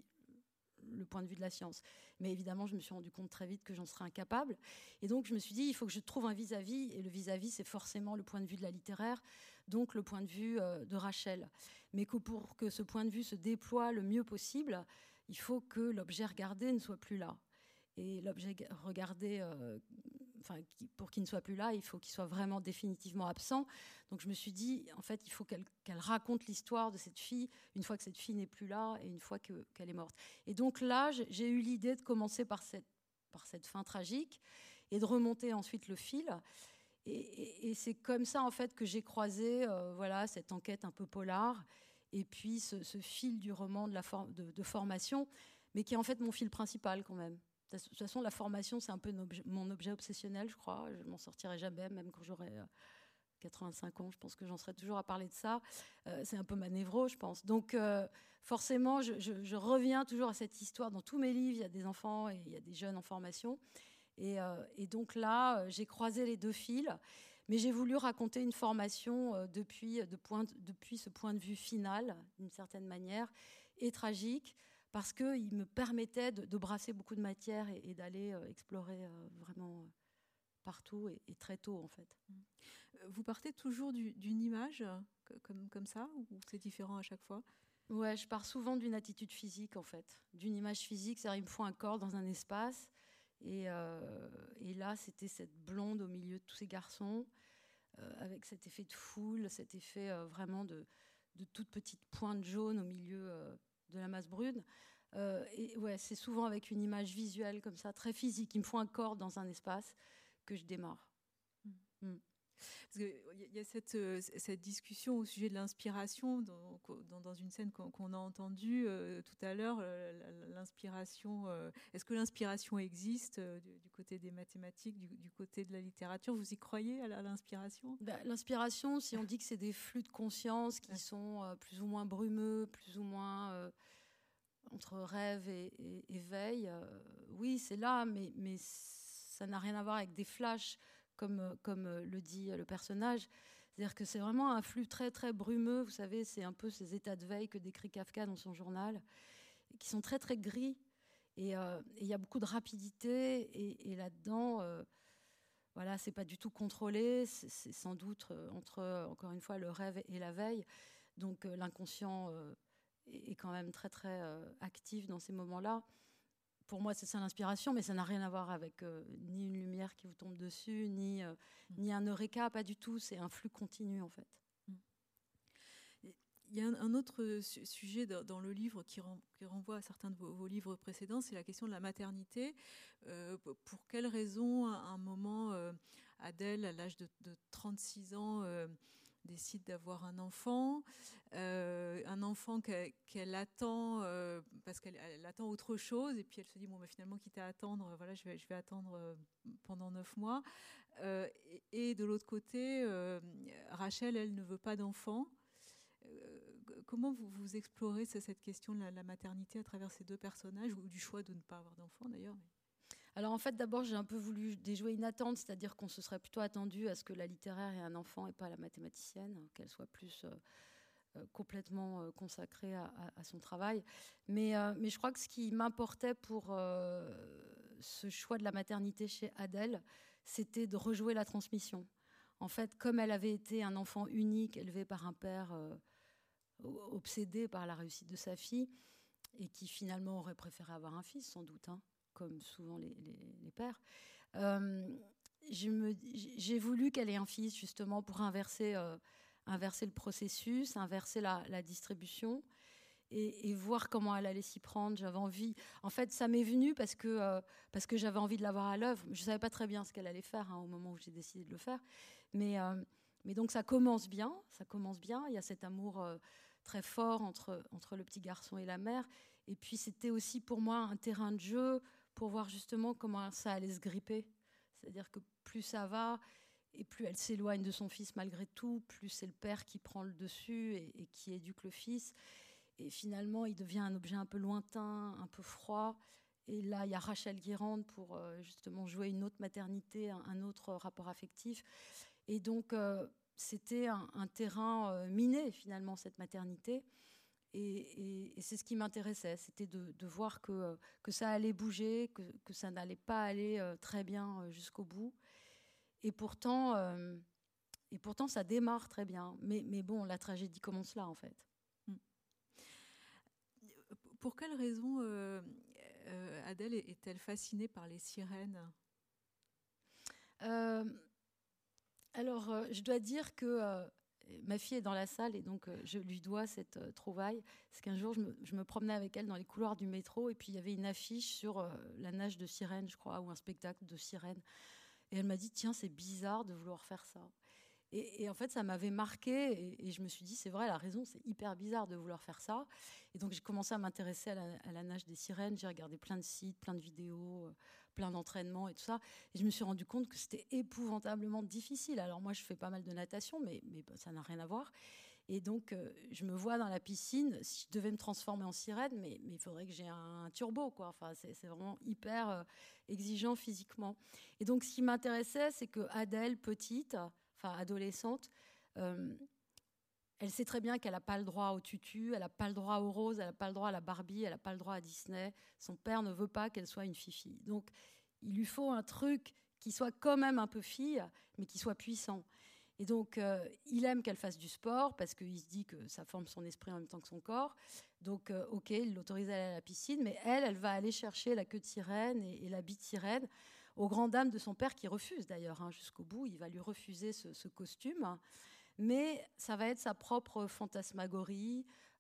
S3: le point de vue de la science. Mais évidemment, je me suis rendu compte très vite que j'en serais incapable. Et donc, je me suis dit, il faut que je trouve un vis-à-vis. Et le vis-à-vis, c'est forcément le point de vue de la littéraire, donc le point de vue euh, de Rachel. Mais que pour que ce point de vue se déploie le mieux possible, il faut que l'objet regardé ne soit plus là. Et l'objet regardé, euh, enfin, pour qu'il ne soit plus là, il faut qu'il soit vraiment définitivement absent. Donc je me suis dit, en fait, il faut qu'elle, qu'elle raconte l'histoire de cette fille une fois que cette fille n'est plus là et une fois que, qu'elle est morte. Et donc là, j'ai eu l'idée de commencer par cette, par cette fin tragique et de remonter ensuite le fil. Et, et, et c'est comme ça, en fait, que j'ai croisé euh, voilà, cette enquête un peu polar et puis ce, ce fil du roman de, la for- de, de formation, mais qui est en fait mon fil principal quand même. De toute façon, la formation, c'est un peu objet, mon objet obsessionnel, je crois. Je ne m'en sortirai jamais, même quand j'aurai quatre-vingt-cinq ans. Je pense que j'en serai toujours à parler de ça. Euh, c'est un peu ma névro, je pense. Donc, euh, forcément, je, je, je reviens toujours à cette histoire. Dans tous mes livres, il y a des enfants et il y a des jeunes en formation. Et, euh, et donc là, j'ai croisé les deux fils. Mais j'ai voulu raconter une formation euh, depuis, de point, depuis ce point de vue final, d'une certaine manière, et tragique, parce qu'il me permettait de, de brasser beaucoup de matière et, et d'aller euh, explorer euh, vraiment euh, partout et, et très tôt, en fait.
S2: Vous partez toujours du, d'une image comme, comme ça, ou c'est différent à chaque fois ?
S3: Ouais, je pars souvent d'une attitude physique, en fait, d'une image physique, c'est-à-dire il me faut un corps dans un espace, et, euh, et là, c'était cette blonde au milieu de tous ces garçons, euh, avec cet effet de foule, cet effet euh, vraiment de, de toute petite pointe jaune au milieu euh, de la masse brune. Euh, et ouais, c'est souvent avec une image visuelle comme ça, très physique. Il me faut un corps dans un espace. que je démarre.
S2: Mmh. Mmh. Parce qu'il y a cette, cette discussion au sujet de l'inspiration dans, dans, dans une scène qu'on, qu'on a entendue euh, tout à l'heure. L'inspiration, euh, est-ce que l'inspiration existe euh, du, du côté des mathématiques, du, du côté de la littérature? Vous y croyez à, la, à l'inspiration?
S3: Ben, l'inspiration, si on dit que c'est des flux de conscience qui ouais. sont euh, plus ou moins brumeux, plus ou moins euh, entre rêve et, et éveil, euh, oui, c'est là, mais, mais ça n'a rien à voir avec des flashs. Comme, comme le dit le personnage. C'est-à-dire que c'est vraiment un flux très, très brumeux. Vous savez, c'est un peu ces états de veille que décrit Kafka dans son journal, qui sont très, très gris. Et il euh, y a beaucoup de rapidité. Et, et là-dedans, euh, voilà, c'est pas du tout contrôlé. C'est, c'est sans doute euh, entre, encore une fois, le rêve et la veille. Donc euh, l'inconscient euh, est quand même très, très euh, actif dans ces moments-là. Pour moi, c'est ça l'inspiration, mais ça n'a rien à voir avec euh, ni une lumière qui vous tombe dessus, ni, euh, mmh. ni un eureka, pas du tout. C'est un flux continu, en fait.
S2: Mmh. Il y a un, un autre su- sujet dans, dans le livre qui, ren, qui renvoie à certains de vos, vos livres précédents, c'est la question de la maternité. Euh, pour quelles raisons, à un moment, euh, Adèle, à l'âge de, de trente-six ans, euh, décide d'avoir un enfant, euh, un enfant qu'elle, qu'elle attend euh, parce qu'elle elle attend autre chose, et puis elle se dit bon, bah, finalement, quitte à attendre, voilà, je vais, je vais attendre euh, pendant neuf mois. Euh, et, et de l'autre côté, euh, Rachel, elle ne veut pas d'enfant. Euh, comment vous, vous explorez cette question de la, la maternité à travers ces deux personnages, ou du choix de ne pas avoir d'enfant d'ailleurs? mais...
S3: Alors en fait, d'abord, j'ai un peu voulu déjouer une attente, c'est-à-dire qu'on se serait plutôt attendu à ce que la littéraire ait un enfant et pas la mathématicienne, qu'elle soit plus euh, euh, complètement euh, consacrée à, à, à son travail. Mais, euh, mais je crois que ce qui m'importait pour euh, ce choix de la maternité chez Adèle, c'était de rejouer la transmission. En fait, comme elle avait été un enfant unique, élevé par un père euh, obsédé par la réussite de sa fille, et qui finalement aurait préféré avoir un fils, sans doute, hein, comme souvent les, les, les pères. Euh, je me, j'ai voulu qu'elle ait un fils, justement, pour inverser, euh, inverser le processus, inverser la, la distribution, et, et voir comment elle allait s'y prendre. J'avais envie... En fait, ça m'est venu parce que, euh, parce que j'avais envie de la voir à l'œuvre. Je ne savais pas très bien ce qu'elle allait faire hein, au moment où j'ai décidé de le faire. Mais, euh, mais donc, ça commence bien. Ça commence bien. Il y a cet amour euh, très fort entre, entre le petit garçon et la mère. Et puis, c'était aussi pour moi un terrain de jeu pour voir justement comment ça allait se gripper. C'est-à-dire que plus ça va, et plus elle s'éloigne de son fils malgré tout, plus c'est le père qui prend le dessus et, et qui éduque le fils. Et finalement, il devient un objet un peu lointain, un peu froid. Et là, il y a Rachel Guérande pour euh, justement jouer une autre maternité, un, un autre rapport affectif. Et donc, euh, c'était un, un terrain euh, miné, finalement, cette maternité. Et, et, et c'est ce qui m'intéressait, c'était de, de voir que, que ça allait bouger, que, que ça n'allait pas aller euh, très bien jusqu'au bout. Et pourtant, euh, et pourtant, ça démarre très bien. Mais, mais bon, la tragédie commence là, en fait.
S2: Mmh. Pour quelle raison euh, euh, Adèle est-elle fascinée par les sirènes?
S3: euh, Alors, euh, je dois dire que... Euh, ma fille est dans la salle et donc euh, je lui dois cette euh, trouvaille. C'est qu'un jour, je me, je me promenais avec elle dans les couloirs du métro et puis il y avait une affiche sur euh, la nage de sirènes, je crois, ou un spectacle de sirènes. Et elle m'a dit, tiens, c'est bizarre de vouloir faire ça. Et, et en fait, ça m'avait marqué et, et je me suis dit, c'est vrai, elle a raison, c'est hyper bizarre de vouloir faire ça. Et donc, j'ai commencé à m'intéresser à la, à la nage des sirènes. J'ai regardé plein de sites, plein de vidéos, euh, plein d'entraînements et tout ça. Et je me suis rendu compte que c'était épouvantablement difficile. Alors moi, je fais pas mal de natation, mais, mais ça n'a rien à voir. Et donc, euh, je me vois dans la piscine. Si je devais me transformer en sirène, mais, mais il faudrait que j'ai un, un turbo, quoi. Enfin, c'est, c'est vraiment hyper euh, exigeant physiquement. Et donc, ce qui m'intéressait, c'est que Adèle, petite, enfin adolescente, euh, elle sait très bien qu'elle n'a pas le droit au tutu, elle n'a pas le droit au rose, elle n'a pas le droit à la Barbie, elle n'a pas le droit à Disney. Son père ne veut pas qu'elle soit une fifi. Donc, il lui faut un truc qui soit quand même un peu fille, mais qui soit puissant. Et donc, euh, il aime qu'elle fasse du sport parce qu'il se dit que ça forme son esprit en même temps que son corps. Donc, euh, ok, il l'autorise à aller à la piscine, mais elle, elle va aller chercher la queue de sirène et, et l'habit de sirène, aux grandes dames de son père, qui refuse d'ailleurs, hein, jusqu'au bout. Il va lui refuser ce, ce costume. Mais ça va être sa propre fantasmagorie.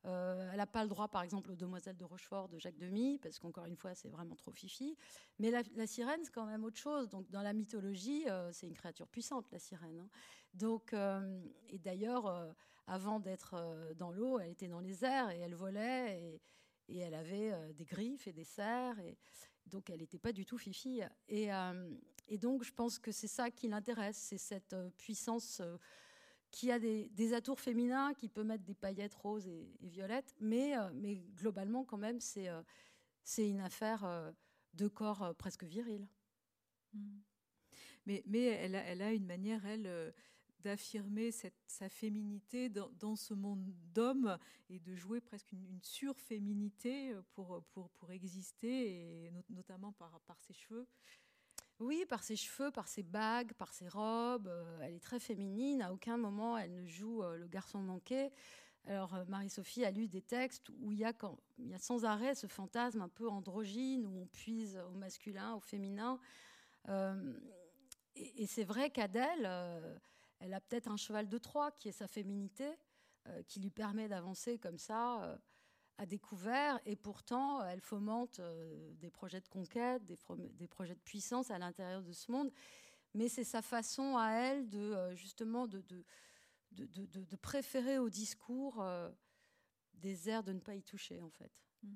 S3: Euh, elle n'a pas le droit, par exemple, aux Demoiselles de Rochefort de Jacques Demy, parce qu'encore une fois, c'est vraiment trop fifi. Mais la, la sirène, c'est quand même autre chose. Donc, dans la mythologie, euh, c'est une créature puissante, la sirène. Hein. Donc, euh, et d'ailleurs, euh, avant d'être euh, dans l'eau, elle était dans les airs et elle volait et, et elle avait euh, des griffes et des serres. Et donc, elle n'était pas du tout fifi. Et, euh, et donc, je pense que c'est ça qui l'intéresse, c'est cette euh, puissance... Euh, qui a des, des atours féminins, qui peut mettre des paillettes roses et, et violettes, mais, euh, mais globalement, quand même, c'est, euh, c'est une affaire euh, de corps euh, presque viril.
S2: Mmh. Mais, mais elle, a, elle a une manière, elle, euh, d'affirmer cette, sa féminité dans, dans ce monde d'hommes et de jouer presque une, une surféminité pour, pour, pour exister, et not, notamment par, par ses cheveux.
S3: Oui, par ses cheveux, par ses bagues, par ses robes. Euh, elle est très féminine. À aucun moment, elle ne joue euh, le garçon manqué. Alors, euh, Marie-Sophie a lu des textes où il y, a quand, il y a sans arrêt ce fantasme un peu androgyne, où on puise au masculin, au féminin. Euh, et, et c'est vrai qu'Adèle, euh, elle a peut-être un cheval de Troie, qui est sa féminité, euh, qui lui permet d'avancer comme ça... Euh, à découvert, et pourtant elle fomente euh, des projets de conquête, des, des projets de puissance à l'intérieur de ce monde, mais c'est sa façon à elle de euh, justement de, de, de, de, de préférer au discours euh, des airs de ne pas y toucher en fait.
S2: Mmh.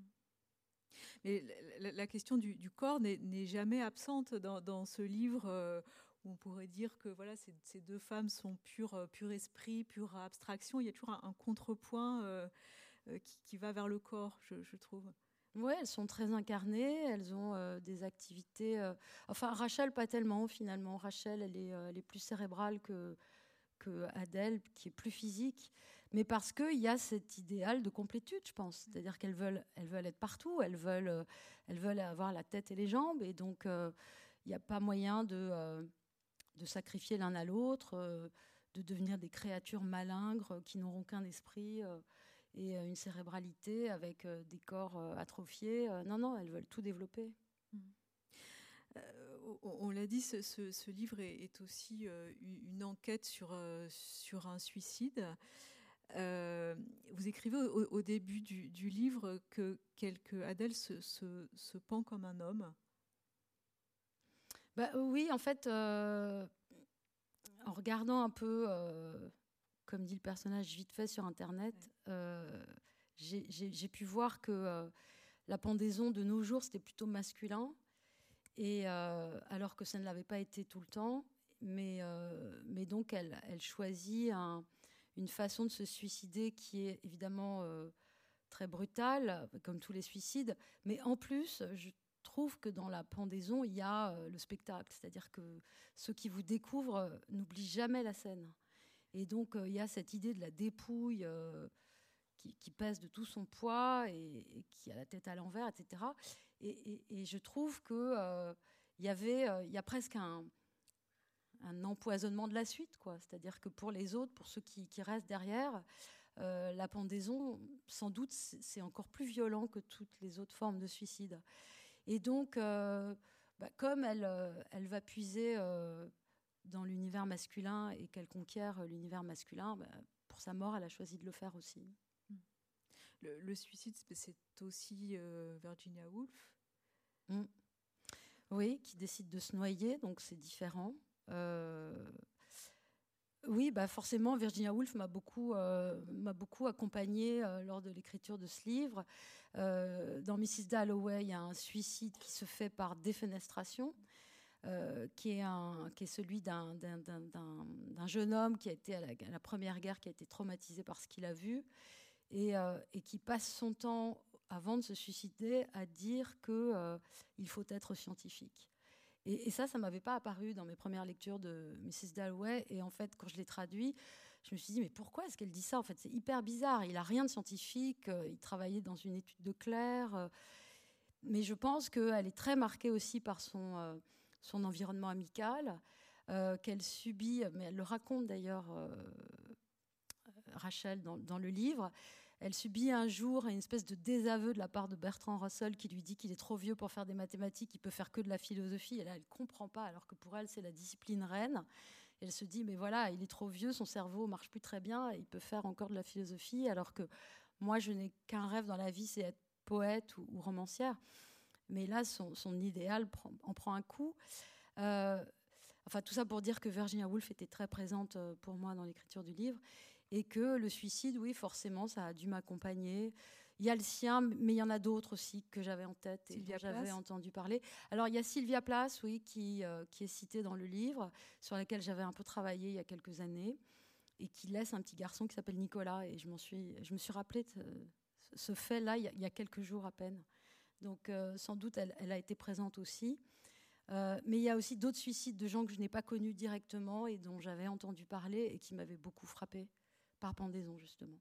S2: Mais la, la question du, du corps n'est, n'est jamais absente dans, dans ce livre euh, où on pourrait dire que voilà, ces, ces deux femmes sont pur, pur esprit, pure abstraction. Il y a toujours un, un contrepoint euh, Qui, qui va vers le corps, je, je trouve.
S3: Oui, elles sont très incarnées, elles ont euh, des activités... Euh... Enfin, Rachel, pas tellement, finalement. Rachel, elle est, euh, elle est plus cérébrale que, que Adèle, qui est plus physique. Mais parce qu'il y a cet idéal de complétude, je pense. C'est-à-dire qu'elles veulent, elles veulent être partout, elles veulent, euh, elles veulent avoir la tête et les jambes. Et donc, il euh, n'y a pas moyen de, euh, de sacrifier l'un à l'autre, euh, de devenir des créatures malingres qui n'auront qu'un esprit... Euh, et une cérébralité avec euh, des corps euh, atrophiés. Euh, non, non, elles veulent tout développer.
S2: Mmh. Euh, on, on l'a dit, ce, ce, ce livre est, est aussi euh, une enquête sur, euh, sur un suicide. Euh, vous écrivez au, au début du, du livre que, que Adèle se, se, se pend comme un homme.
S3: Bah, oui, en fait, euh, en regardant un peu... Euh, comme dit le personnage, vite fait sur Internet, ouais. euh, j'ai, j'ai, j'ai pu voir que euh, la pendaison de nos jours, c'était plutôt masculin, et, euh, alors que ça ne l'avait pas été tout le temps. Mais, euh, mais donc, elle, elle choisit un, une façon de se suicider qui est évidemment euh, très brutale, comme tous les suicides. Mais en plus, je trouve que dans la pendaison, il y a euh, le spectacle. C'est-à-dire que ceux qui vous découvrent euh, n'oublient jamais la scène. Et donc, il euh, y a cette idée de la dépouille euh, qui, qui pèse de tout son poids et, et qui a la tête à l'envers, et cetera. Et, et, et je trouve qu'il euh, y avait, euh, y a presque un, un empoisonnement de la suite, quoi. C'est-à-dire que pour les autres, pour ceux qui, qui restent derrière, euh, la pendaison, sans doute, c'est, c'est encore plus violent que toutes les autres formes de suicide. Et donc, euh, bah, comme elle, euh, elle va puiser... Euh, dans l'univers masculin et qu'elle conquiert l'univers masculin, bah, pour sa mort, elle a choisi de le faire aussi.
S2: Le, le suicide, c'est aussi euh, Virginia Woolf.
S3: Mmh. Oui, qui décide de se noyer, donc c'est différent. Euh... Oui, bah forcément, Virginia Woolf m'a beaucoup, euh, m'a beaucoup accompagnée euh, lors de l'écriture de ce livre. Euh, dans missus Dalloway, il y a un suicide qui se fait par défenestration. Euh, qui, est un, qui est celui d'un, d'un, d'un, d'un jeune homme qui a été à la, à la Première Guerre, qui a été traumatisé par ce qu'il a vu, et, euh, et qui passe son temps, avant de se suicider, à dire qu'il euh, faut être scientifique. Et, et ça, ça ne m'avait pas apparu dans mes premières lectures de missus Dalloway. Et en fait, quand je l'ai traduit, je me suis dit, mais pourquoi est-ce qu'elle dit ça ? En fait, c'est hyper bizarre. Il n'a rien de scientifique. Euh, il travaillait dans une étude de clerc. Euh, mais je pense qu'elle est très marquée aussi par son... Euh, son environnement amical, euh, qu'elle subit, mais elle le raconte d'ailleurs, euh, Rachel, dans, dans le livre, elle subit un jour une espèce de désaveu de la part de Bertrand Russell qui lui dit qu'il est trop vieux pour faire des mathématiques, qu'il peut faire que de la philosophie, et là elle ne comprend pas, alors que pour elle c'est la discipline reine. Et elle se dit, mais voilà, il est trop vieux, son cerveau ne marche plus très bien, il peut faire encore de la philosophie, alors que moi, je n'ai qu'un rêve dans la vie, c'est être poète ou, ou romancière. Mais là, son, son idéal prend, en prend un coup. Euh, enfin, tout ça pour dire que Virginia Woolf était très présente pour moi dans l'écriture du livre et que le suicide, oui, forcément, ça a dû m'accompagner. Il y a le sien, mais il y en a d'autres aussi que j'avais en tête et dont j'avais entendu parler. Alors, il y a Sylvia Plath, oui, qui, euh, qui est citée dans le livre, sur laquelle j'avais un peu travaillé il y a quelques années, et qui laisse un petit garçon qui s'appelle Nicolas. Et je, m'en suis, je me suis rappelé de ce, ce fait-là il y, a, il y a quelques jours à peine. Donc, euh, sans doute, elle, elle a été présente aussi. Euh, mais il y a aussi d'autres suicides de gens que je n'ai pas connus directement et dont j'avais entendu parler et qui m'avaient beaucoup frappée, par pendaison, justement.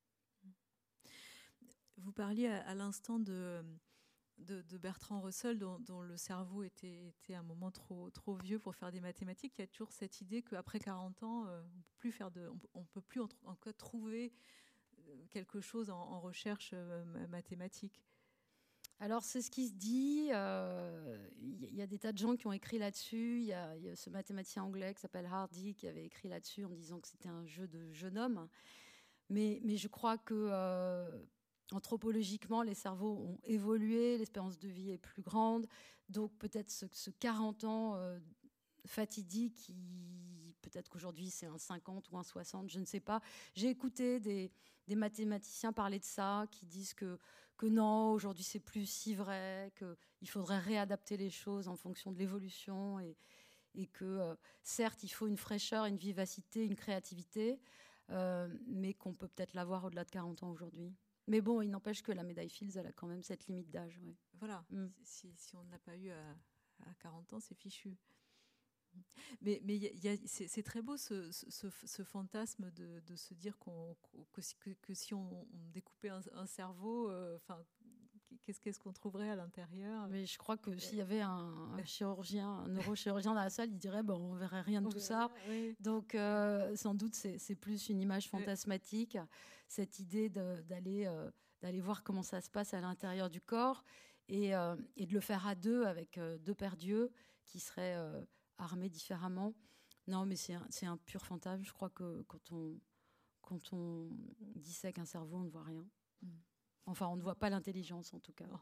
S2: Vous parliez à, à l'instant de, de, de Bertrand Russell, dont, dont le cerveau était, était à un moment trop, trop vieux pour faire des mathématiques. Il y a toujours cette idée qu'après quarante ans, euh, on peut plus faire de, on ne peut plus en, en cas trouver quelque chose en, en recherche euh, mathématique.
S3: Alors, c'est ce qui se dit. Il euh, y, y a des tas de gens qui ont écrit là-dessus. Il y, y a ce mathématicien anglais qui s'appelle Hardy qui avait écrit là-dessus en disant que c'était un jeu de jeune homme. Mais, mais je crois que... Euh, anthropologiquement, les cerveaux ont évolué, l'espérance de vie est plus grande, donc peut-être ce, ce quarante ans euh, fatidique, qui, peut-être qu'aujourd'hui c'est un cinquante ou un soixante, je ne sais pas. J'ai écouté des, des mathématiciens parler de ça, qui disent que, que non, aujourd'hui c'est plus si vrai, qu'il faudrait réadapter les choses en fonction de l'évolution, et, et que euh, certes il faut une fraîcheur, une vivacité, une créativité, euh, mais qu'on peut peut-être l'avoir au-delà de quarante ans aujourd'hui. Mais bon, il n'empêche que la médaille Fields, elle a quand même cette limite d'âge. Ouais.
S2: Voilà, mm. si, si on ne l'a pas eu à, à quarante ans, c'est fichu. Mais, mais y a, c'est, c'est très beau ce, ce, ce fantasme de, de se dire qu'on, que, que, que si on, on découpait un, un cerveau, enfin, euh, qu'est-ce, qu'est-ce qu'on trouverait à l'intérieur?
S3: Mais je crois que s'il y avait un, un chirurgien, un neurochirurgien dans la salle, il dirait bon, on verrait rien de on tout ça. Rien, oui. Donc euh, sans doute c'est, c'est plus une image fantasmatique, oui. Cette idée de, d'aller, euh, d'aller voir comment ça se passe à l'intérieur du corps et, euh, et de le faire à deux avec euh, deux paires d'yeux qui seraient euh, armés différemment. Non, mais c'est un, c'est un pur fantasme. Je crois que quand on, quand on dissèque un cerveau, on ne voit rien. Mm. Enfin, on ne voit pas l'intelligence, en tout cas.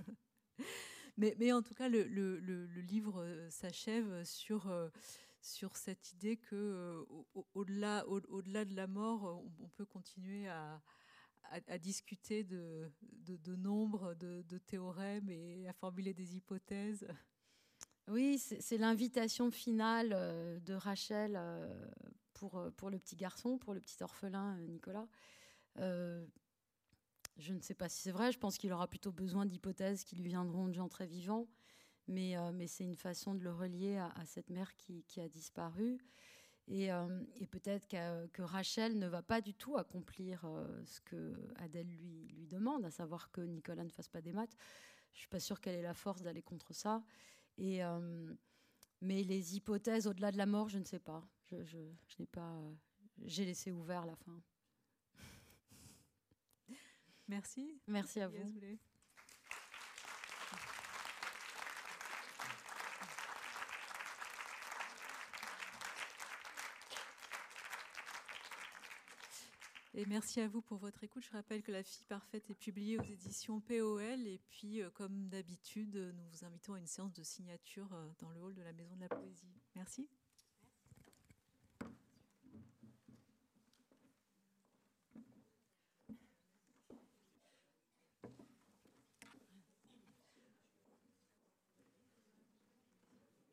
S2: mais, mais en tout cas, le, le, le, le livre euh, s'achève sur, euh, sur cette idée que euh, au, au-delà, au, au-delà de la mort, on, on peut continuer à, à, à discuter de, de, de nombres, de, de théorèmes et à formuler des hypothèses.
S3: Oui, c'est, c'est l'invitation finale euh, de Rachel euh, pour, pour le petit garçon, pour le petit orphelin euh, Nicolas. Euh, Je ne sais pas si c'est vrai, je pense qu'il aura plutôt besoin d'hypothèses qui lui viendront de gens très vivants, mais, euh, mais c'est une façon de le relier à, à cette mère qui, qui a disparu. Et, euh, et peut-être que Rachel ne va pas du tout accomplir euh, ce que Adèle lui, lui demande, à savoir que Nicolas ne fasse pas des maths. Je ne suis pas sûre qu'elle ait la force d'aller contre ça. Et, euh, mais les hypothèses au-delà de la mort, je ne sais pas. Je, je, je n'ai pas, euh, j'ai laissé ouvert la fin.
S2: Merci.
S3: Merci à vous.
S2: Et merci à vous pour votre écoute. Je rappelle que La Fille Parfaite est publiée aux éditions P O L. Et puis, euh, comme d'habitude, nous vous invitons à une séance de signature euh, dans le hall de la Maison de la Poésie. Merci.